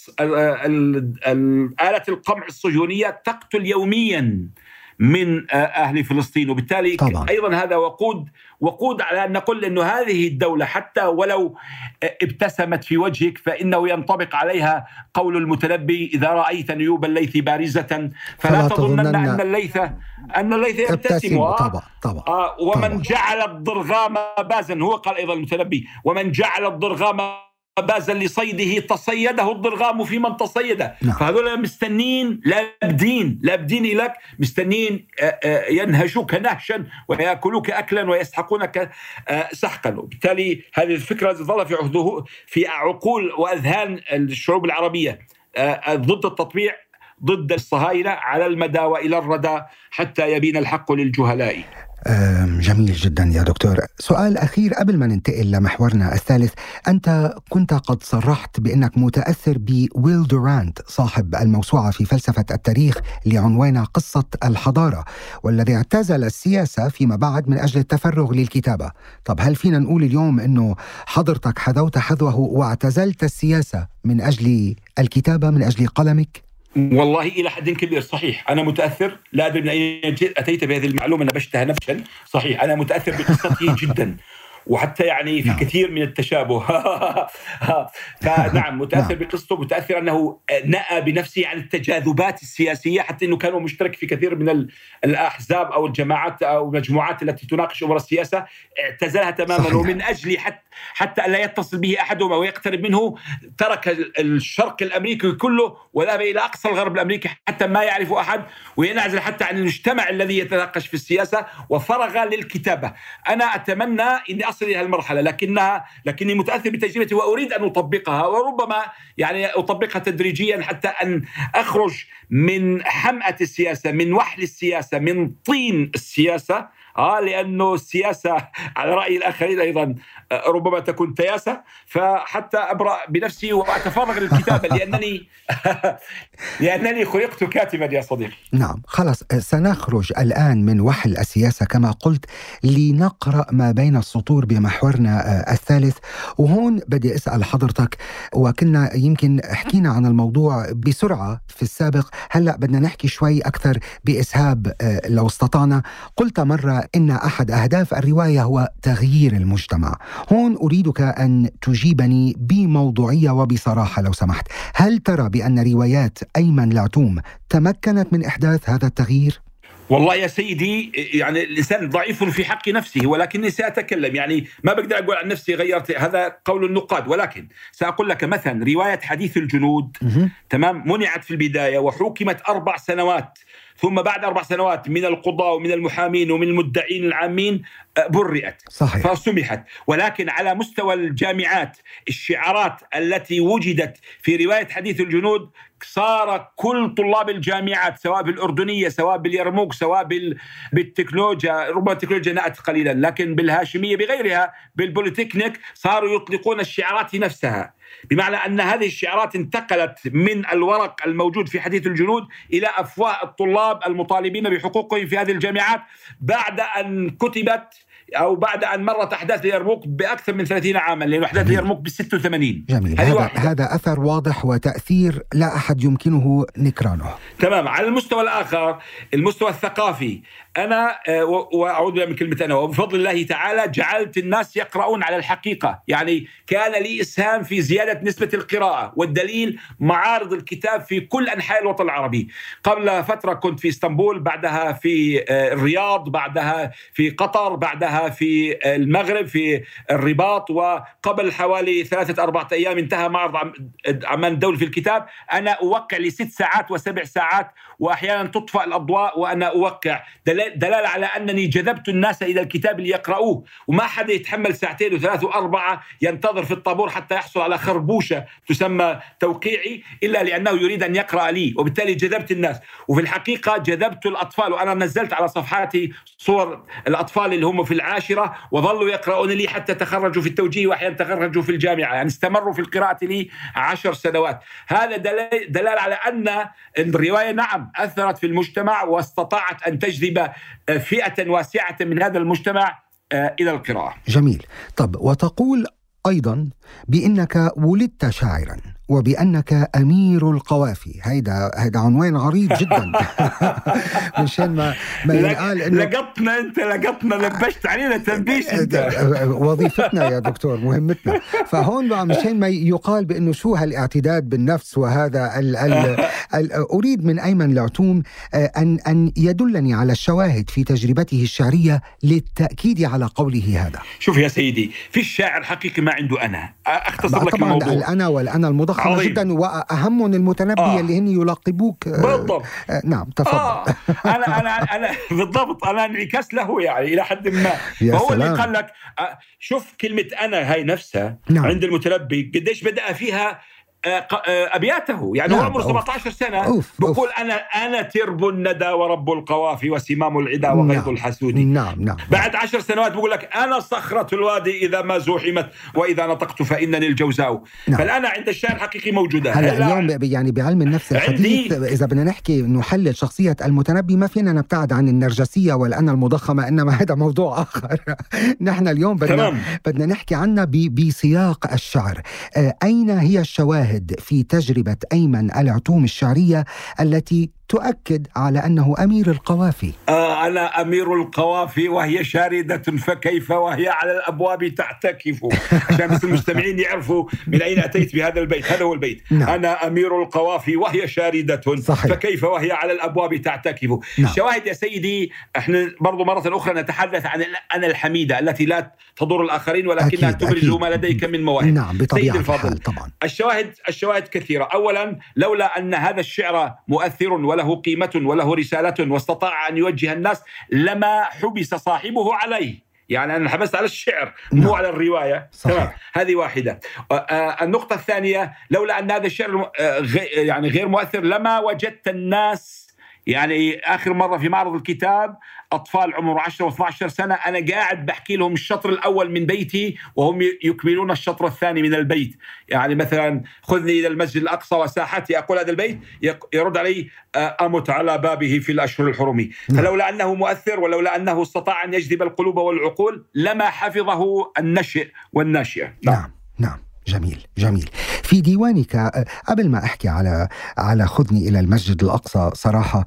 آلة القمع الصهيونية تقتل يوميا من أهل فلسطين، وبالتالي طبعا. أيضا هذا وقود وقود على أن نقول أن هذه الدولة حتى ولو ابتسمت في وجهك فإنه ينطبق عليها قول المتنبي: إذا رأيت نيوب الليث بارزة فلا, فلا تظنن أن الليث أن الليث يبتسم. طبعا. طبعا. آه ومن طبعا. جعل الضرغام بازا، هو قال أيضا المتنبي: ومن جعل الضرغام بازا لصيده تصيده الضرغام في من تصيده. نعم. فهذول مستنين لابدين لابدين لك، مستنين ينهشوك نهشا ويأكلوك أكلا ويسحقونك سحقا. وبالتالي هذه الفكرة ظل في عهده في عقول وأذهان الشعوب العربية ضد التطبيع، ضد الصهاينة على المدى وإلى الردى حتى يبين الحق للجهلاء. جميل جدا يا دكتور. سؤال أخير قبل ما ننتقل لمحورنا الثالث. أنت كنت قد صرحت بأنك متأثر بويل دورانت صاحب الموسوعة في فلسفة التاريخ لعنوانها قصة الحضارة، والذي اعتزل السياسة فيما بعد من أجل التفرغ للكتابة. طب هل فينا نقول اليوم أنه حضرتك حذوت حذوه واعتزلت السياسة من أجل الكتابة، من أجل قلمك؟ والله إلى حد كبير صحيح، أنا متأثر. لا أدري من أين أتيت بهذه المعلومة، نبشتها نبشا. صحيح أنا متأثر بقصته جدا، وحتى يعني في كثير من التشابه. فنعم متأثر بقصته، متأثر أنه نأى بنفسه عن التجاذبات السياسية، حتى أنه كان مشترك في كثير من الأحزاب أو الجماعات أو المجموعات التي تناقش أمور السياسة، اعتزلها تماما. صحيح. ومن أجل حتى حتى لا يتصل به أحدهم أو يقترب منه ترك الشرق الأمريكي كله وذهب إلى أقصى الغرب الأمريكي حتى ما يعرف أحد، وينعزل حتى عن المجتمع الذي يتناقش في السياسة، وفرغ للكتابة. أنا أتمنى أني أصل إلى المرحلة، لكنها لكني متأثر بتجربتي وأريد أن أطبقها، وربما يعني أطبقها تدريجيا حتى أن أخرج من حمأة السياسة، من وحل السياسة، من طين السياسة. آه لأنه السياسة على رأي الآخرين أيضا ربما تكون تياسة، فحتى أبرأ بنفسي وأتفرغ للكتابة لأنني لأنني خلقت كاتبا يا صديقي. نعم خلاص، سنخرج الآن من وحل السياسة كما قلت لنقرأ ما بين السطور بمحورنا الثالث. وهون بدي أسأل حضرتك، وكنا يمكن حكينا عن الموضوع بسرعة في السابق، هلأ بدنا نحكي شوي أكثر بإسهاب لو استطعنا. قلت مرة إن أحد أهداف الرواية هو تغيير المجتمع. هون أريدك أن تجيبني بموضوعية وبصراحة لو سمحت. هل ترى بأن روايات أيمن العتوم تمكنت من إحداث هذا التغيير؟ والله يا سيدي، يعني الإنسان ضعيف في حق نفسه، ولكني سأتكلم. يعني ما بقدر أقول عن نفسي غيرت، هذا قول النقاد، ولكن سأقول لك مثلا رواية حديث الجنود تمام منعت في البداية وحكمت أربع سنوات، ثم بعد أربع سنوات من القضاة ومن المحامين ومن المدعين العامين برئت. صحيح. فسمحت. ولكن على مستوى الجامعات الشعارات التي وجدت في رواية حديث الجنود صار كل طلاب الجامعات سواء بالأردنية سواء باليرموك سواء بالتكنولوجيا، ربما التكنولوجيا نأت قليلا، لكن بالهاشمية بغيرها بالبوليتكنيك صاروا يطلقون الشعارات نفسها، بمعنى أن هذه الشعارات انتقلت من الورق الموجود في حديث الجنود إلى أفواه الطلاب المطالبين بحقوقهم في هذه الجامعات بعد أن كتبت أو بعد أن مرت أحداث اليرموك بأكثر من ثلاثين عاما، لأن أحداث اليرموك بالستة وثمانين. جميل. هذا, هذا أثر واضح وتأثير لا أحد يمكنه نكرانه. تمام. على المستوى الآخر، المستوى الثقافي، أنا وأعود من كلمة أنا، وبفضل الله تعالى جعلت الناس يقرؤون على الحقيقة. يعني كان لي إسهام في زيادة نسبة القراءة، والدليل معارض الكتاب في كل أنحاء الوطن العربي. قبل فترة كنت في اسطنبول، بعدها في الرياض، بعدها في قطر، بعدها في المغرب في الرباط، وقبل حوالي ثلاثة أربعة أيام انتهى معرض عمان الدولي في الكتاب. أنا أوقع لست ساعات وسبع ساعات، وأحيانا تطفأ الأضواء وأنا أوقع. دلالة على أنني جذبت الناس إلى الكتاب ليقرأوه، وما حدا يتحمل ساعتين وثلاث وأربعة ينتظر في الطابور حتى يحصل على خربوشة تسمى توقيعي إلا لأنه يريد أن يقرأ لي، وبالتالي جذبت الناس. وفي الحقيقة جذبت الأطفال، وأنا نزلت على صفحاتي صور الأطفال اللي هم في العاشرة وظلوا يقرؤون لي حتى تخرجوا في التوجيه، وأحيانا تخرجوا في الجامعة، يعني استمروا في القراءة لي عشر سنوات. هذا دلال على أن الرواية نعم أثرت في المجتمع واستطاعت أن تجذب فئة واسعة من هذا المجتمع إلى القراءة. جميل. طب وتقول أيضا بأنك ولدت شاعرا وبأنك أمير القوافي. هيدا هيدا عنوان عريض جدا. مشان ما ما ينقال إنه لقطنا أنت لقطنا لبشت علينا تنبيش أنت. وظيفتنا يا دكتور، مهمتنا. فهون بقى مشان ما يقال بأنه شو هالاعتداد بالنفس وهذا ال ال ال أريد من أيمن العتوم أن أن يدلني على الشواهد في تجربته الشعرية للتأكيد على قوله هذا. شوف يا سيدي، في الشاعر حقيقي ما عنده أنا. أختصر لك طبعا الموضوع. الأنا والأنا المضخمة عظيم جدا، وأهم المتنبي آه. اللي هن يلقبوك آه بالضبط. آه نعم تفضل. آه. أنا أنا أنا بالضبط أنا انعكاس له يعني إلى حد ما. فهو سلام. اللي قال لك آه شوف كلمة أنا هاي نفسها نعم. عند المتنبي قديش بدأ فيها أبياته، يعني نعم. هو عمره سبعة عشر سنة أوف. بقول أوف. أنا أنا ترب الندى ورب القوافي وسمام العدا وغيظ نعم. الحسود. نعم نعم. بعد عشر سنوات بقول لك أنا صخرة الوادي إذا ما زوحمت وإذا نطقت فإنني الجوزاء. نعم. فالأنا عند الشاعر حقيقي موجودة. هلا اليوم يعني بعلم النفس الحديث إذا بدنا نحكي نحلل شخصية المتنبي ما فينا نبتعد عن النرجسية والأنا المضخمة، إنما هذا موضوع آخر. نحن اليوم بدنا بدنا نحكي عنها بسياق الشعر. أين هي الشواهد في تجربة أيمن العتوم الشعرية التي تؤكد على أنه أمير القوافي؟ آه أنا أمير القوافي وهي شاردة فكيف وهي على الأبواب تعتكف، عشان بس المستمعين يعرفوا من أين أتيت بهذا البيت. هذا هو البيت. نعم. أنا أمير القوافي وهي شاردة صحيح. فكيف وهي على الأبواب تعتكف. نعم. الشواهد يا سيدي، احنا برضو مرة أخرى نتحدث عن أنا الحميدة التي لا تضر الآخرين ولكنها تبرز ما لديك من مواهب. نعم بطبيعة الحال طبعا. الشواهد الشواهد كثيرة. أولا، لولا أن هذا الشعر مؤثر وله قيمة وله رسالة واستطاع أن يوجه الناس لما حبس صاحبه عليه. يعني أنا حبست على الشعر مو نعم. على الرواية. تمام. هذه واحدة. النقطة الثانية، لولا أن هذا الشعر يعني غير مؤثر لما وجدت الناس، يعني آخر مرة في معرض الكتاب أطفال عمر عشرة واثنى عشر سنة أنا قاعد بحكي لهم الشطر الأول من بيتي وهم يكملون الشطر الثاني من البيت. يعني مثلا خذني إلى المسجد الأقصى وساحتي، أقول هذا البيت، يرد علي أمت على بابه في الأشهر الحرم. فلولا أنه مؤثر ولولا أنه استطاع أن يجذب القلوب والعقول لما حفظه النشئ والناشئة. نعم نعم. جميل جميل. في ديوانك، قبل ما أحكي على على خذني إلى المسجد الأقصى، صراحة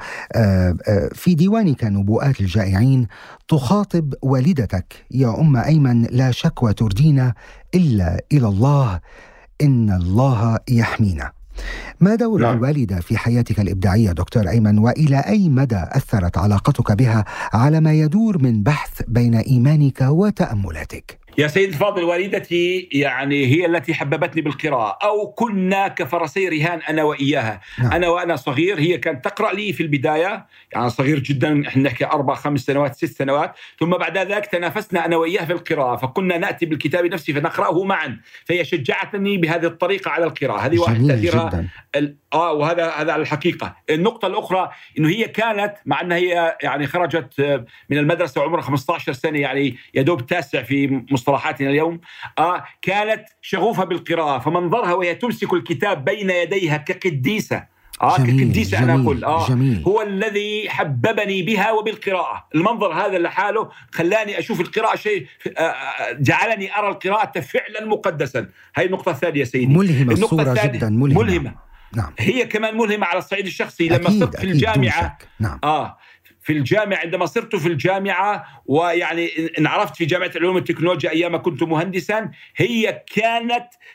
في ديوانك نبوءات الجائعين تخاطب والدتك: يا أم أيمن لا شكوى تردينا إلا إلى الله، إن الله يحمينا. ما دور لا. الوالدة في حياتك الإبداعية دكتور أيمن، وإلى أي مدى أثرت علاقتك بها على ما يدور من بحث بين إيمانك وتأملاتك؟ يا سيد الفاضل، والدتي يعني هي التي حببتني بالقراءة، أو كنا كفرسي رهان أنا وإياها. نعم. أنا وأنا صغير هي كانت تقرأ لي في البداية، يعني صغير جدا، إحنا نحكي أربع خمس سنوات ست سنوات، ثم بعد ذلك تنافسنا أنا وإياها في القراءة، فكنا نأتي بالكتاب نفسه فنقرأه معا، فهي شجعتني بهذه الطريقة على القراءة. هذه واحدة تأثيرها. آه وهذا هذا على الحقيقة. النقطة الأخرى إنه هي كانت، مع أنها هي يعني خرجت من المدرسة وعمرها خمسة عشر سنة، يعني يدوب تاسع في مصطلحاتنا اليوم، آه كانت شغوفة بالقراءة، فمنظرها وهي تمسك الكتاب بين يديها كقديسة، آه كقديسة أنا أقول آه جميل. هو الذي حببني بها وبالقراءة. المنظر هذا لحاله خلاني أشوف القراءة شيء، آه جعلني أرى القراءة فعلا مقدسا. هاي النقطة الثانية سيدي. ملهمة الصورة جدا، ملهمة, ملهمة. نعم. هي كمان ملهمة على الصعيد الشخصي. لما صرت في الجامعة، نعم. آه في الجامعة عندما صرت في الجامعة ويعني انعرفت في جامعة العلوم والتكنولوجيا أيام كنت مهندسا، هي كانت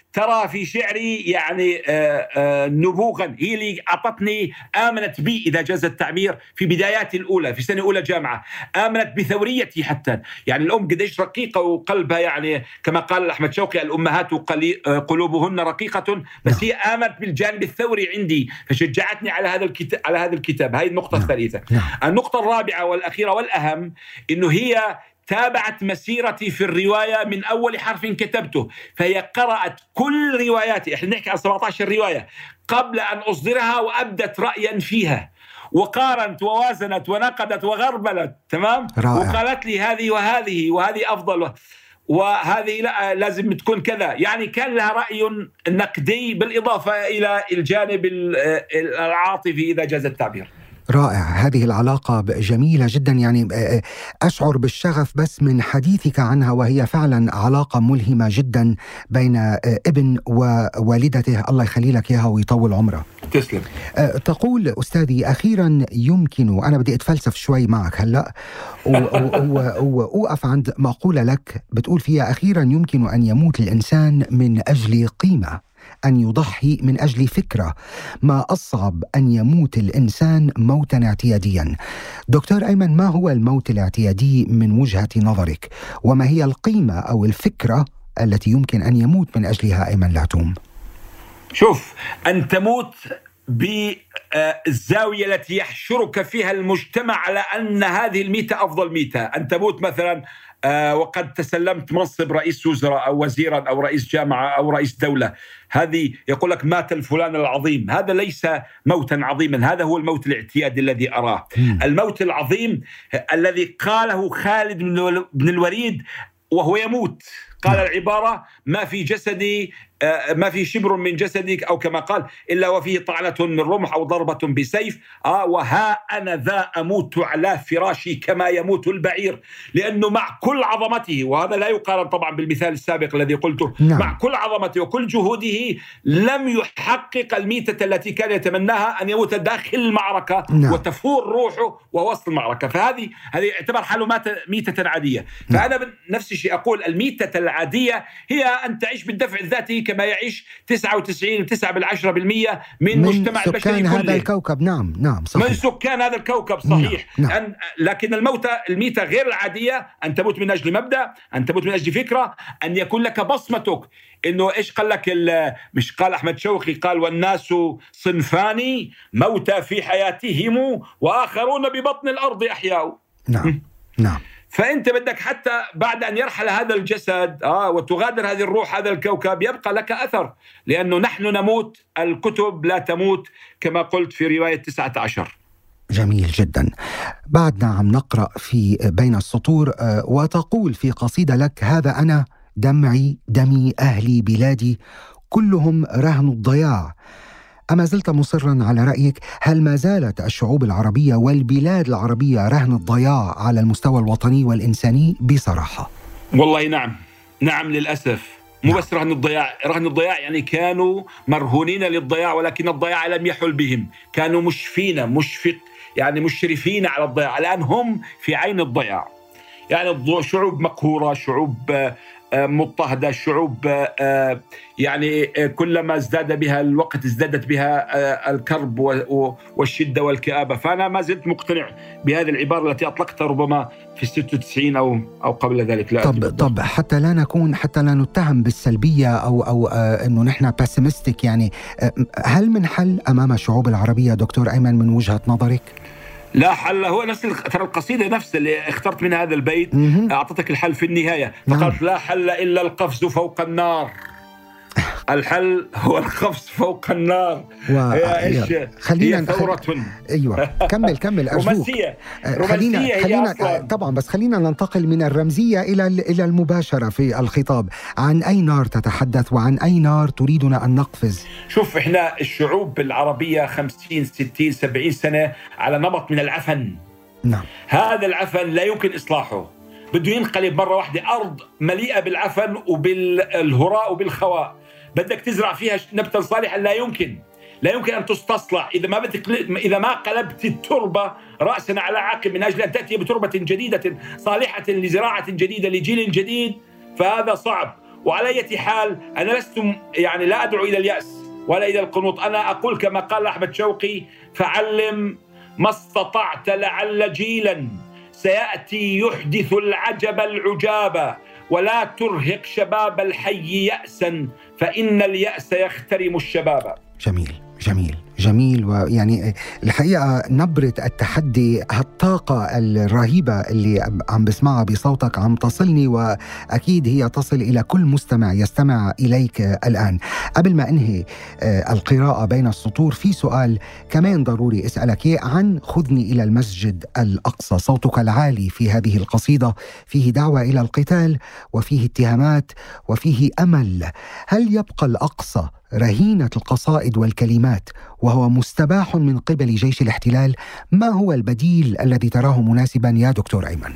ترى في شعري يعني آه آه نبوغا، هي اللي أعطتني، آمنت بي إذا جاز التعبير في بداياتي الأولى في سنة أولى جامعة، آمنت بثوريتي حتى. يعني الأم قديش رقيقة وقلبها، يعني كما قال أحمد شوقي الأمهات قلوبهن رقيقة، بس هي آمنت بالجانب الثوري عندي فشجعتني على هذا الكتاب على هذا الكتاب. هذه النقطة الثالثة. النقطة الرابعة والأخيرة والأهم إنه هي تابعت مسيرتي في الرواية من أول حرف كتبته، فهي قرأت كل رواياتي، احنا نحكي عن سبعة عشر رواية قبل أن أصدرها، وأبدت رأيا فيها، وقارنت ووازنت ونقدت وغربلت، تمام؟ رائع. وقالت لي هذه وهذه وهذه أفضل وهذه لا لازم تكون كذا. يعني كان لها رأي نقدي بالإضافة إلى الجانب العاطفي إذا جاز التعبير. رائع، هذه العلاقة جميلة جدا، يعني أشعر بالشغف بس من حديثك عنها، وهي فعلا علاقة ملهمة جدا بين ابن ووالدته، الله يخلي لك إياها ويطول عمره. تسلم. تقول أستاذي أخيرا يمكن، أنا بدي أتفلسف شوي معك هلأ وأوقف عند مقولة لك بتقول فيها أخيرا يمكن أن يموت الإنسان من أجل قيمة، أن يضحي من أجل فكرة، ما أصعب أن يموت الإنسان موتا اعتياديا. دكتور أيمن، ما هو الموت الاعتيادي من وجهة نظرك؟ وما هي القيمة أو الفكرة التي يمكن أن يموت من أجلها أيمن العتوم؟ شوف، أن تموت بالزاوية التي يحشرك فيها المجتمع على أن هذه الميتة أفضل ميتة. أن تموت مثلا آه وقد تسلمت منصب رئيس وزراء أو وزيرا أو رئيس جامعة أو رئيس دولة، هذه يقول لك مات الفلان العظيم، هذا ليس موتا عظيما، هذا هو الموت الاعتيادي الذي أراه. م. الموت العظيم الذي قاله خالد بن الوليد وهو يموت، قال العبارة ما في جسدي ما في شبر من جسدك، أو كما قال إلا وفيه طعنة من رمح أو ضربة بسيف، آه وها أنا ذا أموت على فراشي كما يموت البعير. لأنه مع كل عظمته، وهذا لا يقارن طبعا بالمثال السابق الذي قلته، نعم. مع كل عظمته وكل جهوده لم يحقق الميتة التي كان يتمناها، أن يموت داخل المعركة، نعم. وتفور روحه ووسط المعركة. فهذه هذه اعتبر حاله مات ميتة عادية. نعم. فأنا نفس الشيء أقول، الميتة العادية هي أن تعيش بالدفع الذاتي كما يعيش تسعة وتسعين وتسعة بالعشرة بالمية من, من مجتمع البشري كله، هذا الكوكب. نعم نعم صحيح. من سكان هذا الكوكب، صحيح. نعم. نعم. لكن الموتى الميتة غير العادية أن تموت من أجل مبدأ، أن تموت من أجل فكرة، أن يكون لك بصمتك. إنه إيش قال لك، مش قال أحمد شوقي قال والناس صنفان موتى في حياتهم وآخرون ببطن الأرض أحياء. نعم نعم. فأنت بدك حتى بعد أن يرحل هذا الجسد آه وتغادر هذه الروح هذا الكوكب يبقى لك أثر، لأنه نحن نموت، الكتب لا تموت كما قلت في رواية تسعة عشر. جميل جدا. بعدنا عم نقرأ في بين السطور آه وتقول في قصيدة لك: هذا أنا دمعي دمي أهلي بلادي كلهم رهن الضياع. أما زلت مصرا على رأيك؟ هل ما زالت الشعوب العربية والبلاد العربية رهن الضياع على المستوى الوطني والإنساني؟ بصراحة والله نعم نعم للأسف. مو بس رهن الضياع، رهن الضياع يعني كانوا مرهونين للضياع، ولكن الضياع لم يحل بهم، كانوا مشفين مشفق يعني مشرفين على الضياع، الآن هم في عين الضياع. يعني شعوب مقهورة، شعوب مضطهدة، شعوب يعني كلما ازداد بها الوقت ازدادت بها الكرب والشدة والكآبة. فأنا ما زلت مقتنع بهذه العبارة التي أطلقتها ربما في ستة وتسعين أو أو قبل ذلك. لا طب طب حتى لا نكون حتى لا نتهم بالسلبية أو أو إنه نحن باسيمستيك، يعني هل من حل أمام الشعوب العربية دكتور أيمن من وجهة نظرك؟ لا حل. هو نفس ترى القصيدة نفس اللي اخترت منها هذا البيت أعطتك الحل في النهاية، فقالت لا حل إلا القفز فوق النار. الحل هو القفز فوق النار. هي إيش؟ خلينا هي ثورة. أيوة كمل كمل أرجوك. رومانسية. خلينا خلينا طبعا، بس خلينا ننتقل من الرمزية إلى إلى المباشرة في الخطاب. عن أي نار تتحدث وعن أي نار تريدنا أن نقفز؟ شوف، إحنا الشعوب العربية خمسين ستين سبعين سنة على نمط من العفن. نعم. هذا العفن لا يمكن إصلاحه، بده ينقلب مرة واحدة. أرض مليئة بالعفن وبالهراء وبالخواء، بدك تزرع فيها نبتا صالحا لا يمكن لا يمكن أن تستصلح إذا ما بدك إذا ما قلبت التربة رأسا على عقب من أجل أن تأتي بتربة جديدة صالحة لزراعة جديدة لجيل جديد، فهذا صعب. وعلى أي حال أنا لست يعني لا أدعو إلى اليأس ولا إلى القنوط. أنا أقول كما قال أحمد شوقي: فعلم ما استطعت لعل جيلا سيأتي يحدث العجب العجابا، ولا ترهق شباب الحي يأسا فإن اليأس يخترم الشباب. جميل جميل جميل. ويعني الحقيقة نبرة التحدي، هالطاقة الرهيبة اللي عم بسمعها بصوتك عم تصلني، وأكيد هي تصل إلى كل مستمع يستمع إليك الآن. قبل ما أنهي القراءة بين السطور، في سؤال كمان ضروري أسألك عن خذني إلى المسجد الأقصى. صوتك العالي في هذه القصيدة فيه دعوة إلى القتال، وفيه اتهامات، وفيه أمل. هل يبقى الأقصى رهينة القصائد والكلمات وهو مستباح من قبل جيش الاحتلال؟ ما هو البديل الذي تراه مناسبا يا دكتور أيمن؟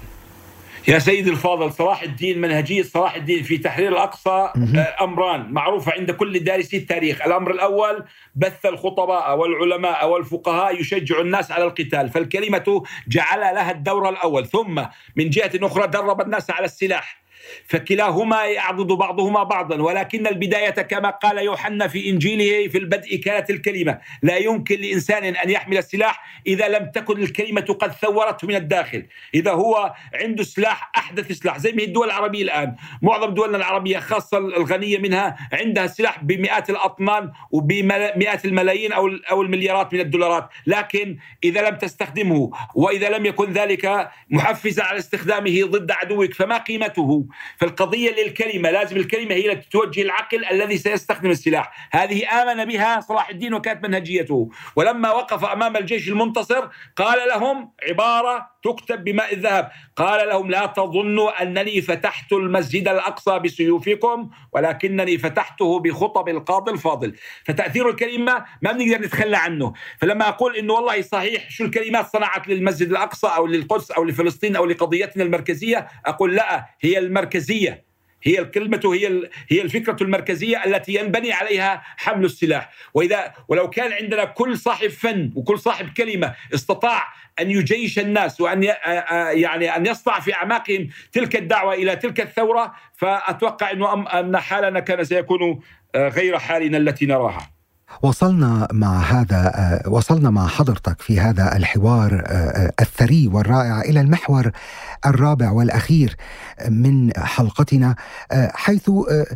يا سيد الفاضل، صلاح الدين، منهجية صلاح الدين في تحرير الأقصى أمران معروفة عند كل دارسي التاريخ. الأمر الأول: بث الخطباء والعلماء والفقهاء يشجع الناس على القتال، فالكلمة جعل لها الدور الأول. ثم من جهة أخرى درب الناس على السلاح، فكلاهما يعضد بعضهما بعضا. ولكن البداية كما قال يوحنا في إنجيله: في البدء كانت الكلمة. لا يمكن لإنسان أن يحمل السلاح إذا لم تكن الكلمة قد ثورته من الداخل. إذا هو عنده سلاح، أحدث سلاح، زي ما هي الدول العربية الآن، معظم دولنا العربية خاصة الغنية منها عندها سلاح بمئات الأطنان وبمئات الملايين أو أو المليارات من الدولارات، لكن إذا لم تستخدمه وإذا لم يكن ذلك محفزا على استخدامه ضد عدوك فما قيمته؟ فالقضية للكلمة، لازم الكلمة هي التي توجه العقل الذي سيستخدم السلاح. هذه آمن بها صلاح الدين وكانت منهجيته. ولما وقف أمام الجيش المنتصر قال لهم عبارة تكتب بماء الذهب، قال لهم: لا تظنوا أنني فتحت المسجد الأقصى بسيوفكم، ولكنني فتحته بخطب القاضي الفاضل. فتأثير الكلمة ما بنقدر نتخلى عنه. فلما أقول إنه والله صحيح شو الكلمات صنعت للمسجد الأقصى أو للقدس أو لفلسطين أو لقضيتنا المركزية، أقول لا، هي المركزية، هي الكلمة، هي هي الفكرة المركزية التي ينبني عليها حمل السلاح. وإذا ولو كان عندنا كل صاحب فن وكل صاحب كلمة استطاع أن يجيش الناس وأن يعني أن يصنع في أعماقهم تلك الدعوة إلى تلك الثورة، فأتوقع أنه أن حالنا كان سيكون غير حالنا التي نراها. وصلنا مع هذا وصلنا مع حضرتك في هذا الحوار الثري والرائع إلى المحور الرابع والأخير من حلقتنا، حيث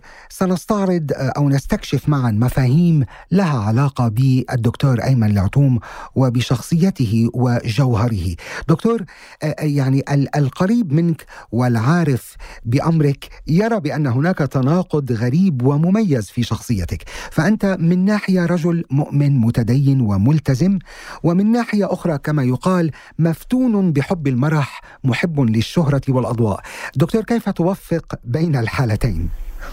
سنستعرض أو نستكشف معا مفاهيم لها علاقة بالدكتور أيمن العتوم وبشخصيته وجوهره. دكتور، يعني القريب منك والعارف بأمرك يرى بأن هناك تناقض غريب ومميز في شخصيتك. فأنت من ناحية رجل مؤمن متدين وملتزم، ومن ناحية أخرى كما يقال مفتون بحب المرح، محب للشهرة والأضواء. دكتور، كيف توفق بين الحالتين؟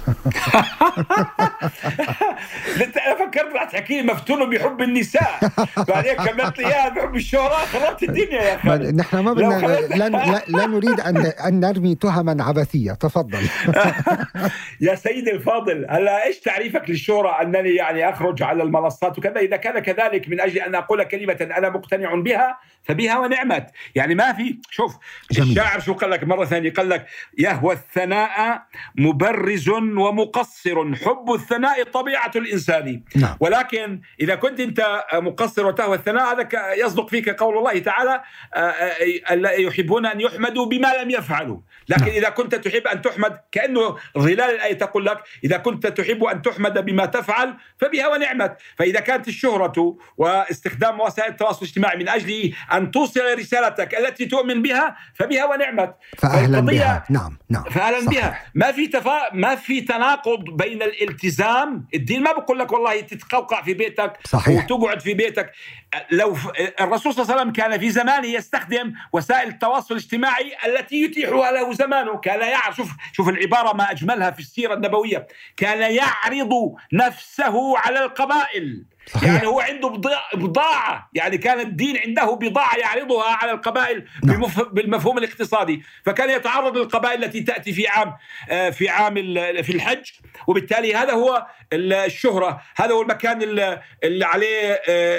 أنا فكرت رح تحكي مفتون بحب النساء، بعدين كملت إياه بحب الشهرة، خربت الدنيا يا أخي. نحن ما بدنا لن, لن نريد أن, أن نرمي تهما عبثية. تفضل. يا سيدي الفاضل، هلا إيش تعريفك للشهرة؟ أنني يعني أخرج على المنصات وكذا. إذا كان كذلك من أجل أن أقول كلمة أنا مقتنع بها فبها ونعمت. يعني ما في، شوف جميل. الشاعر شو قال لك مرة ثانية؟ قال لك: يهوى الثناء مبرز ومقصر، حب الثناء طبيعة الإنسان. نعم. ولكن إذا كنت أنت مقصر وتهوى الثناء، هذا يصدق فيك قول الله تعالى: يحبون أن يحمدوا بما لم يفعلوا. لكن نعم. إذا كنت تحب أن تحمد، كأنه ظلال الآية تقول لك: إذا كنت تحب أن تحمد بما تفعل فبها ونعمت. فإذا كانت الشهرة واستخدام وسائل التواصل الاجتماعي من أجل أن توصل رسالتك التي تؤمن بها فبها ونعمت. فأهلا بها. نعم نعم فأهلا بها. ما في تفا... ما في تناقض بين الالتزام. الدين ما بقول لك والله تتقوقع في بيتك صحيح. وتقعد في بيتك. لو الرسول صلى الله عليه وسلم كان في زمانه يستخدم وسائل التواصل الاجتماعي التي يتيحها له زمانه. كان يعرض، شوف شوف العبارة ما أجملها في السيرة النبوية، كان يعرض نفسه على القبائل صحيح. يعني هو عنده بضاعة، يعني كان الدين عنده بضاعة يعرضها على القبائل نعم. بالمفهوم الاقتصادي، فكان يتعرض للقبائل التي تأتي في عام في عام في الحج، وبالتالي هذا هو الشهرة، هذا هو المكان اللي عليه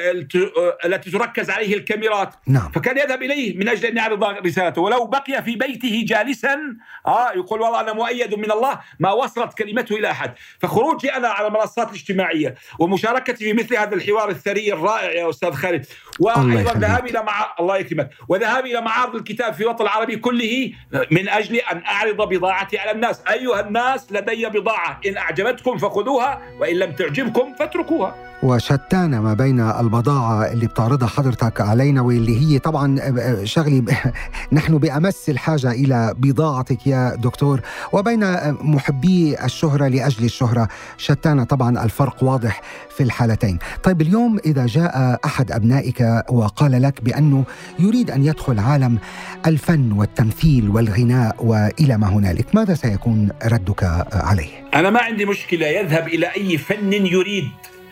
التي تركز عليه الكاميرات نعم. فكان يذهب إليه من أجل أن يعرض رسالته، ولو بقي في بيته جالسا آه يقول والله أنا مؤيد من الله ما وصلت كلمته إلى أحد. فخروجي أنا على المنصات الاجتماعية ومشاركتي في مثل هذا الحوار الثري الرائع يا أستاذ خالد، وأيضا ذهابي إلى مع الله يكرمك وذهابي إلى معارض الكتاب في الوطن العربي كله من أجل أن أعرض بضاعتي على الناس. أيها الناس لدي بضاعة، إن أعجبتكم فخذوها وإن لم تعجبكم فاتركوها. وشتان ما بين البضاعة اللي بتعرضها حضرتك علينا واللي هي طبعا شغلي ب... نحن بأمس الحاجة إلى بضاعتك يا دكتور، وبين محبي الشهرة لأجل الشهرة. شتان طبعا، الفرق واضح في الحالتين. طيب اليوم إذا جاء أحد أبنائك وقال لك بأنه يريد أن يدخل عالم الفن والتمثيل والغناء وإلى ما هنالك، ماذا سيكون ردك عليه؟ أنا ما عندي مشكلة يذهب إلى أي فن يريد.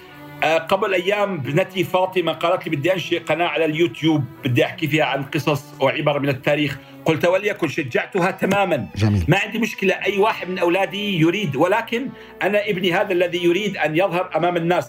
قبل أيام ابنتي فاطمة قالت لي بدي أنشئ قناة على اليوتيوب بدي أحكي فيها عن قصص وعبر من التاريخ. قلت وليكن، شجعتها تماما. جميل. ما عندي مشكلة أي واحد من أولادي يريد، ولكن أنا ابني هذا الذي يريد أن يظهر أمام الناس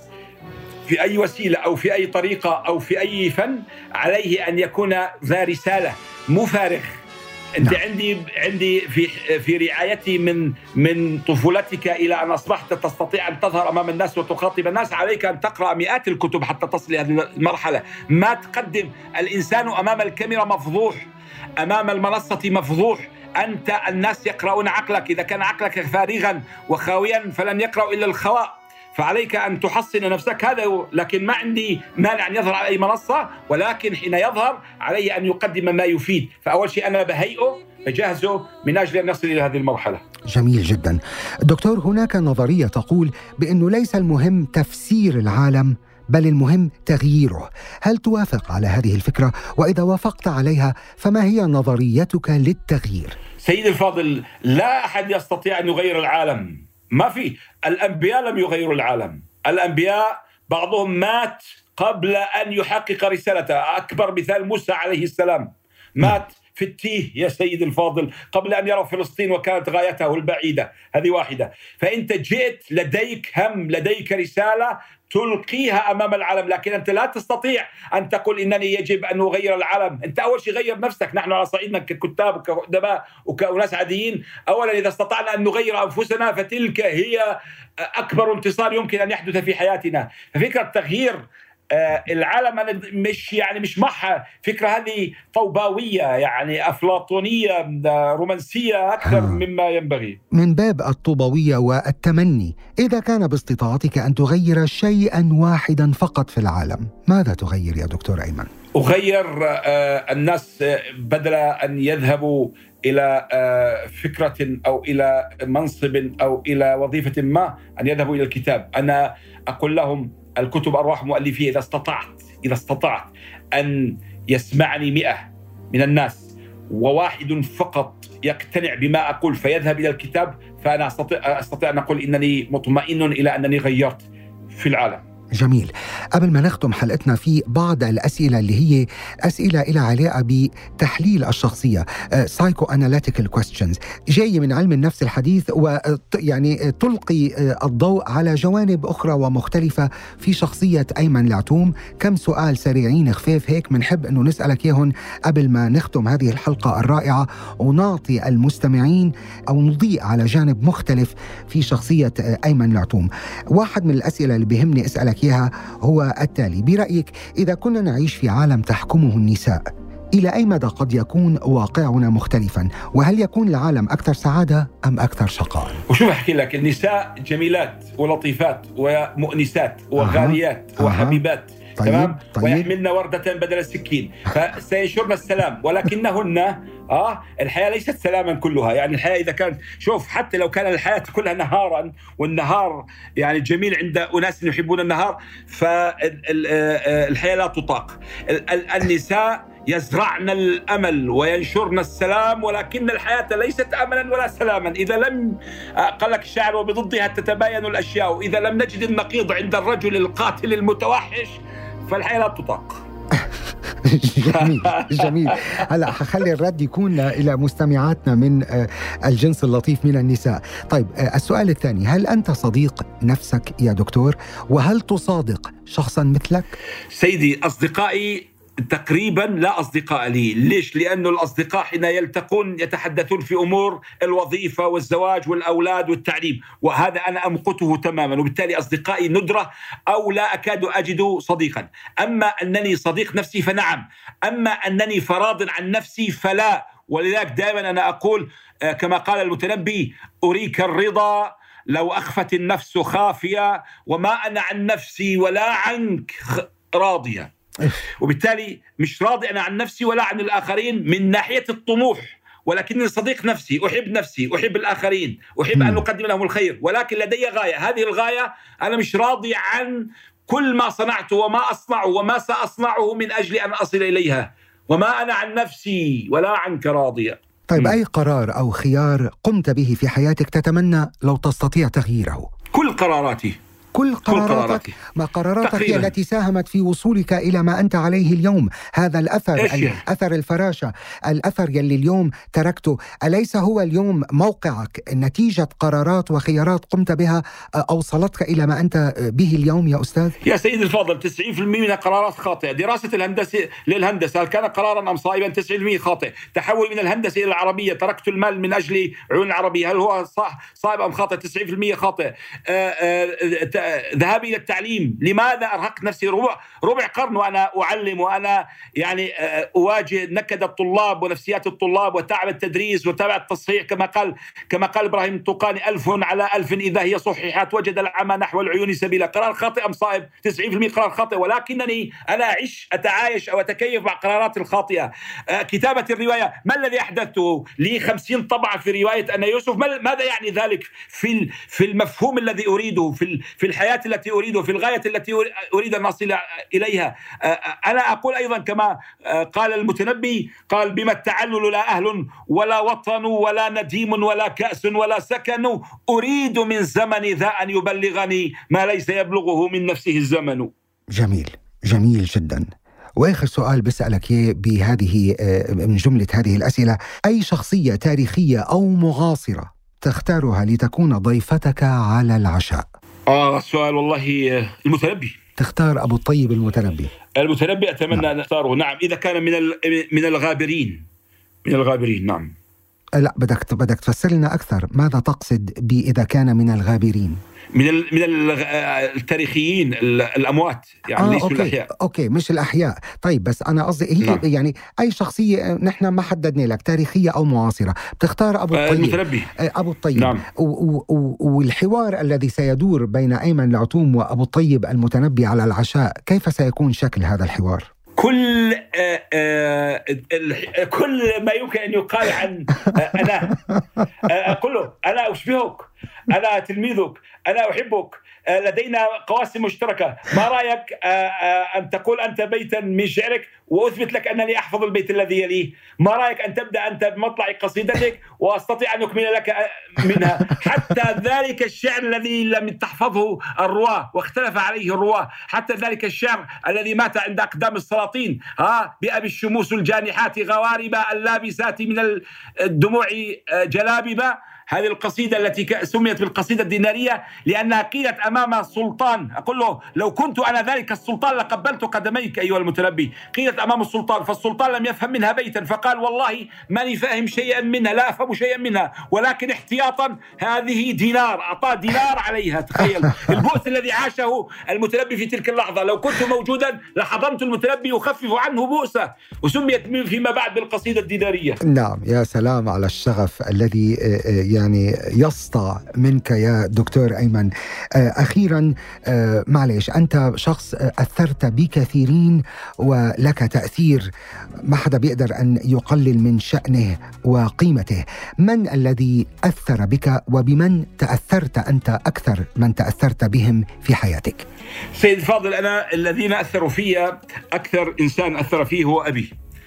في أي وسيلة أو في أي طريقة أو في أي فن، عليه أن يكون ذا رسالة، مو فارغ. أنت نعم. عندي عندي في في رعايتي من من طفولتك إلى أن أصبحت تستطيع أن تظهر أمام الناس وتخاطب الناس، عليك أن تقرأ مئات الكتب حتى تصل لهذه المرحلة. ما تقدم الإنسان أمام الكاميرا مفضوح، أمام المنصة مفضوح. أنت الناس يقرؤون عقلك، إذا كان عقلك فارغا وخاويا فلن يقرأوا إلا الخواء، فعليك أن تحصن نفسك. هذا هو. لكن ما عندي مانع أن يظهر على أي منصة، ولكن حين يظهر عليه أن يقدم ما يفيد. فأول شيء أنا بهيئه بجهزه من أجل أن يصل إلى هذه المرحلة. جميل جدا. دكتور، هناك نظرية تقول بأنه ليس المهم تفسير العالم بل المهم تغييره. هل توافق على هذه الفكرة؟ وإذا وافقت عليها فما هي نظريتك للتغيير؟ سيد الفاضل، لا أحد يستطيع أن يغير العالم. ما في. الأنبياء لم يغيروا العالم. الأنبياء بعضهم مات قبل أن يحقق رسالته. أكبر مثال موسى عليه السلام، مات في التيه يا سيد الفاضل قبل أن يرى فلسطين وكانت غايته البعيدة. هذه واحدة. فأنت جئت لديك هم، لديك رسالة تلقيها أمام العالم، لكن أنت لا تستطيع أن تقول إنني يجب أن أغير العالم. أنت أول شيء غير نفسك. نحن على صعيدنا ككتاب وكأدباء وكأناس عاديين، أولا إذا استطعنا أن نغير أنفسنا فتلك هي أكبر انتصار يمكن أن يحدث في حياتنا. ففكرة تغيير العالم أنا مش يعني مش معها. فكرة هذه طوباوية، يعني أفلاطونية رومانسية أكثر مما ينبغي. من باب الطوباوية والتمني، إذا كان باستطاعتك أن تغير شيئا واحدا فقط في العالم، ماذا تغير يا دكتور أيمن؟ أغير الناس بدل أن يذهبوا إلى فكرة أو إلى منصب أو إلى وظيفة ما، أن يذهبوا إلى الكتاب. أنا أقول لهم الكتب أرواح مؤلفية. إذا استطعت إذا استطعت أن يسمعني مئة من الناس وواحد فقط يقتنع بما أقول فيذهب إلى الكتاب، فأنا أستطيع, أستطيع أن أقول إنني مطمئن إلى أنني غيرت في العالم. جميل. قبل ما نختم حلقتنا في بعض الأسئلة اللي هي أسئلة إلى علاقة بتحليل الشخصية، سايكو أناليتيكال كويستشنز، جاي من علم النفس الحديث، ويعني تلقي الضوء على جوانب أخرى ومختلفة في شخصية أيمن العتوم. كم سؤال سريعين خفيف هيك بنحب أنه نسألك يهن قبل ما نختم هذه الحلقة الرائعة، ونعطي المستمعين أو نضيء على جانب مختلف في شخصية أيمن العتوم. واحد من الأسئلة اللي بيهمني أسألك إياها هو التالي: برأيك إذا كنا نعيش في عالم تحكمه النساء، إلى أي مدى قد يكون واقعنا مختلفا؟ وهل يكون العالم أكثر سعادة أم أكثر شقاء؟ وشوف أحكي لك، النساء جميلات ولطيفات ومؤنسات وغاليات أه. وحبيبات. طيب. تمام. طيب. ويحملن وردة بدل السكين، فسيشرن السلام، ولكنهن آه الحياة ليست سلاما كلها. يعني الحياة إذا كانت، شوف، حتى لو كان الحياة كلها نهارا، والنهار يعني جميل عند أناس يحبون النهار، فالحياة لا تطاق. النساء يزرعن الأمل وينشرن السلام، ولكن الحياة ليست أملا ولا سلاما. إذا لم قال لك الشاعر وبضدها تتباين الأشياء، إذا لم نجد النقيض عند الرجل القاتل المتوحش فالحياة لا تطاق. جميل جميل. هلا حخلي الرد يكون إلى مستمعاتنا من الجنس اللطيف من النساء. طيب السؤال الثاني، هل أنت صديق نفسك يا دكتور؟ وهل تصادق شخصا مثلك؟ سيدي، أصدقائي تقريبا لا أصدقاء لي. ليش؟ لأنه الأصدقاء حين يلتقون يتحدثون في أمور الوظيفة والزواج والأولاد والتعليم، وهذا أنا أمقته تماما، وبالتالي أصدقائي ندرة أو لا أكاد أجد صديقا. أما أنني صديق نفسي فنعم، أما أنني فراض عن نفسي فلا. ولذلك دائما أنا أقول كما قال المتنبي: أريك الرضا لو أخفت النفس خافية، وما أنا عن نفسي ولا عنك راضية. وبالتالي مش راضي أنا عن نفسي ولا عن الآخرين من ناحية الطموح، ولكنني صديق نفسي، أحب نفسي، أحب الآخرين، أحب أن أقدم لهم الخير، ولكن لدي غاية. هذه الغاية أنا مش راضي عن كل ما صنعته وما أصنعه وما سأصنعه من أجل أن أصل إليها، وما أنا عن نفسي ولا عنك راضية. طيب م. أي قرار أو خيار قمت به في حياتك تتمنى لو تستطيع تغييره؟ كل قراراتي. كل قراراتك. ما قراراتك هي التي ساهمت في وصولك إلى ما أنت عليه اليوم. هذا الأثر، أثر الفراشة، الأثر يلي اليوم تركته، أليس هو اليوم موقعك نتيجة قرارات وخيارات قمت بها أوصلتك إلى ما أنت به اليوم يا أستاذ؟ يا سيدي الفاضل، تسعين بالمئة من القرارات خاطئة. دراسة الهندسة للهندسة هل كان قرارا أم صائبا؟ تسعين بالمئة خاطئ. تحول من الهندسة إلى العربية، تركت المال من أجل علوم العربية، هل هو صائب أم خاطئ؟ تسعين بالمئة خاطئ. ذهابي إلى التعليم، لماذا أرهقت نفسي ربع ربع قرن وأنا أعلم وأنا يعني أواجه نكد الطلاب ونفسيات الطلاب وتعب التدريس وتعب التصحيح، كما قال كما قال إبراهيم الطوقاني: ألف على ألف إذا هي صححت وجد العمى نحو العيون سبيلا. قرار خاطئ أم صائب؟ تسعين بالمئة قرار خاطئ، ولكنني أنا أعيش أتعايش أو أتكيف مع قرارات الخاطئة. كتابة الرواية، ما الذي أحدثته؟ لي خمسين طبعة في رواية أنا يوسف. ماذا يعني ذلك في في المفهوم الذي أريده، في في الحياة التي أريده، في الغاية التي أريد أن أصل إليها؟ أنا أقول أيضا كما قال المتنبي، قال: بما التعلل لا أهل ولا وطن ولا نديم ولا كأس ولا سكن، أريد من زمن ذا أن يبلغني ما ليس يبلغه من نفسه الزمن. جميل جميل جدا. وآخر سؤال بسألك إياه بهذه من جملة هذه الأسئلة: أي شخصية تاريخية أو معاصرة تختارها لتكون ضيفتك على العشاء؟ آه السؤال والله المتنبي. تختار أبو الطيب المتنبي؟ المتنبي أتمنى نعم. أن أختاره. نعم، إذا كان من من الغابرين من الغابرين نعم. لا، بدك بدك تفسر لنا أكثر. ماذا تقصد بإذا كان من الغابرين؟ من ال من التاريخيين الأموات، يعني آه، ليسوا أوكي. الأحياء. أوكي، مش الأحياء. طيب بس أنا قصدي هي نعم. يعني أي شخصية، نحن ما حددنا لك تاريخية أو معاصرة، بتختار أبو الطيب. المتنبي. أبو الطيب نعم. والحوار الذي سيدور بين أيمن العتوم وأبو الطيب المتنبي على العشاء، كيف سيكون شكل هذا الحوار؟ كل آآ آآ كل ما يمكن أن يقال عن أنا أقول له: أنا أشبهك، أنا تلميذك، أنا أحبك، لدينا قواسم مشتركة. ما رأيك أن تقول أنت بيتا من شعرك وأثبت لك أنني أحفظ البيت الذي يليه؟ ما رأيك أن تبدأ أنت بمطلع قصيدتك وأستطيع أن أكمل لك منها؟ حتى ذلك الشعر الذي لم تحفظه الرواة واختلف عليه الرواة، حتى ذلك الشعر الذي مات عند أقدام السلاطين، ها بأبي الشموس الجانحات غوارب اللابسات من الدموع جلاببة. هذه القصيدة التي سميت بالقصيدة الدينارية لأنها قيلت أمام السلطان. أقول له: لو كنت أنا ذلك السلطان لقبلت قدميك أيها المتنبي. قيلت أمام السلطان، فالسلطان لم يفهم منها بيتا، فقال: والله ماني فاهم شيئا منها، لا أفهم شيئا منها، ولكن احتياطا هذه دينار. أعطاه دينار عليها. تخيل البؤس الذي عاشه المتنبي في تلك اللحظة. لو كنت موجودا لحضنت المتنبي يخفف عنه بؤسه، وسميت فيما بعد بالقصيدة الدينارية. نعم، يا سلام على الشغف الذي يعني يسطع منك يا دكتور أيمن. أخيرا معليش، أنت شخص أثرت بكثيرين ولك تأثير ما حدا بيقدر أن يقلل من شأنه وقيمته. من الذي أثر بك وبمن تأثرت أنت أكثر من تأثرت بهم في حياتك؟ سيد الفاضل، أنا الذين أثروا فيا أكثر إنسان أثر فيه هو أبي.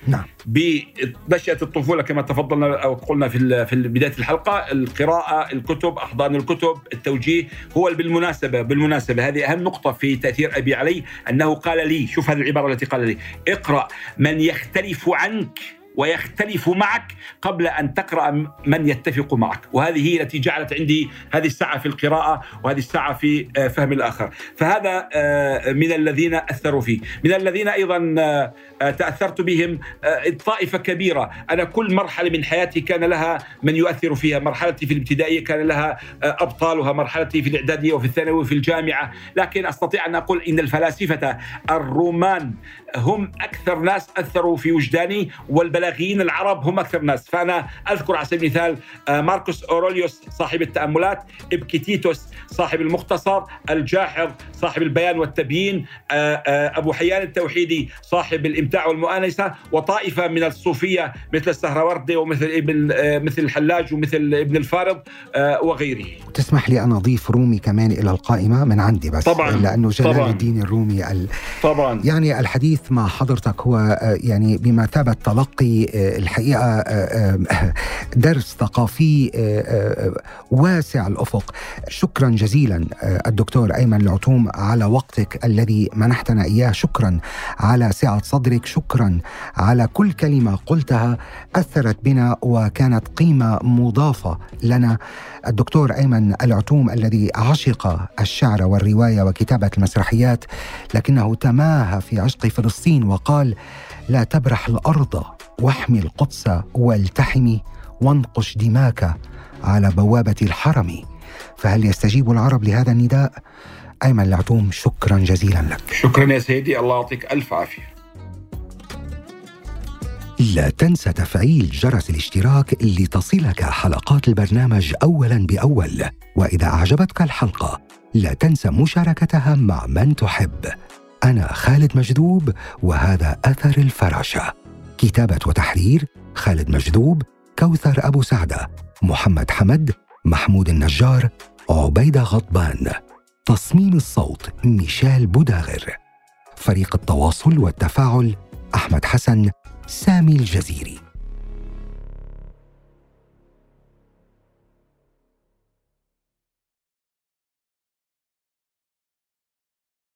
نعم. بنشأة الطفولة كما تفضلنا أو قلنا في في بداية الحلقة، القراءة، الكتب، أحضان الكتب، التوجيه. هو بالمناسبة بالمناسبة هذه أهم نقطة في تأثير أبي علي، أنه قال لي، شوف هذه العبارة التي قال لي: اقرأ من يختلف عنك ويختلف معك قبل أن تقرأ من يتفق معك. وهذه هي التي جعلت عندي هذه السعة في القراءة وهذه السعة في فهم الآخر. فهذا من الذين أثروا فيه. من الذين أيضا تأثرت بهم طائفة كبيرة. أنا كل مرحلة من حياتي كان لها من يؤثر فيها. مرحلتي في الابتدائية كان لها أبطالها، مرحلتي في الإعدادية وفي الثانوي وفي الجامعة. لكن أستطيع أن أقول إن الفلاسفة الرومان هم أكثر ناس أثروا في وجداني، والبلاغيين العرب هم أكثر ناس. فأنا أذكر على سبيل المثال ماركوس أوروليوس صاحب التأملات، إبكتيتوس صاحب المختصر، الجاحظ صاحب البيان والتبيين، أبو حيان التوحيدي صاحب الإمتاع والمؤانسة، وطائفة من الصوفية مثل السهروردي ومثل ابن مثل الحلاج ومثل ابن الفارض وغيره. تسمح لي أن أضيف رومي كمان إلى القائمة من عندي بس طبعا، لأنه جلال طبعا. الدين الرومي ال... طبعا. يعني الحديث مع حضرتك هو يعني بمثابة تلقي الحقيقة درس ثقافي واسع الأفق. شكرا جزيلا الدكتور أيمن العتوم على وقتك الذي منحتنا إياه. شكرا على سعة صدرك. شكرا على كل كلمة قلتها أثرت بنا وكانت قيمة مضافة لنا. الدكتور أيمن العتوم الذي عشق الشعر والرواية وكتابة المسرحيات، لكنه تماهى في عشق فلسطين وقال: لا تبرح الأرض واحمي القدس والتحمي وانقش دماك على بوابة الحرم. فهل يستجيب العرب لهذا النداء؟ أيمن العتوم، شكرا جزيلا لك. شكرا يا سيدي، الله يعطيك ألف عافية. لا تنسى تفعيل جرس الاشتراك لتصلك حلقات البرنامج أولا بأول. وإذا أعجبتك الحلقة لا تنسى مشاركتها مع من تحب. أنا خالد مجذوب، وهذا أثر الفراشة. كتابة وتحرير خالد مجذوب، كوثر أبو سعدة، محمد حمد، محمود النجار، عبيدة غضبان. تصميم الصوت ميشيل بوداغر. فريق التواصل والتفاعل أحمد حسن، سامي الجزيري.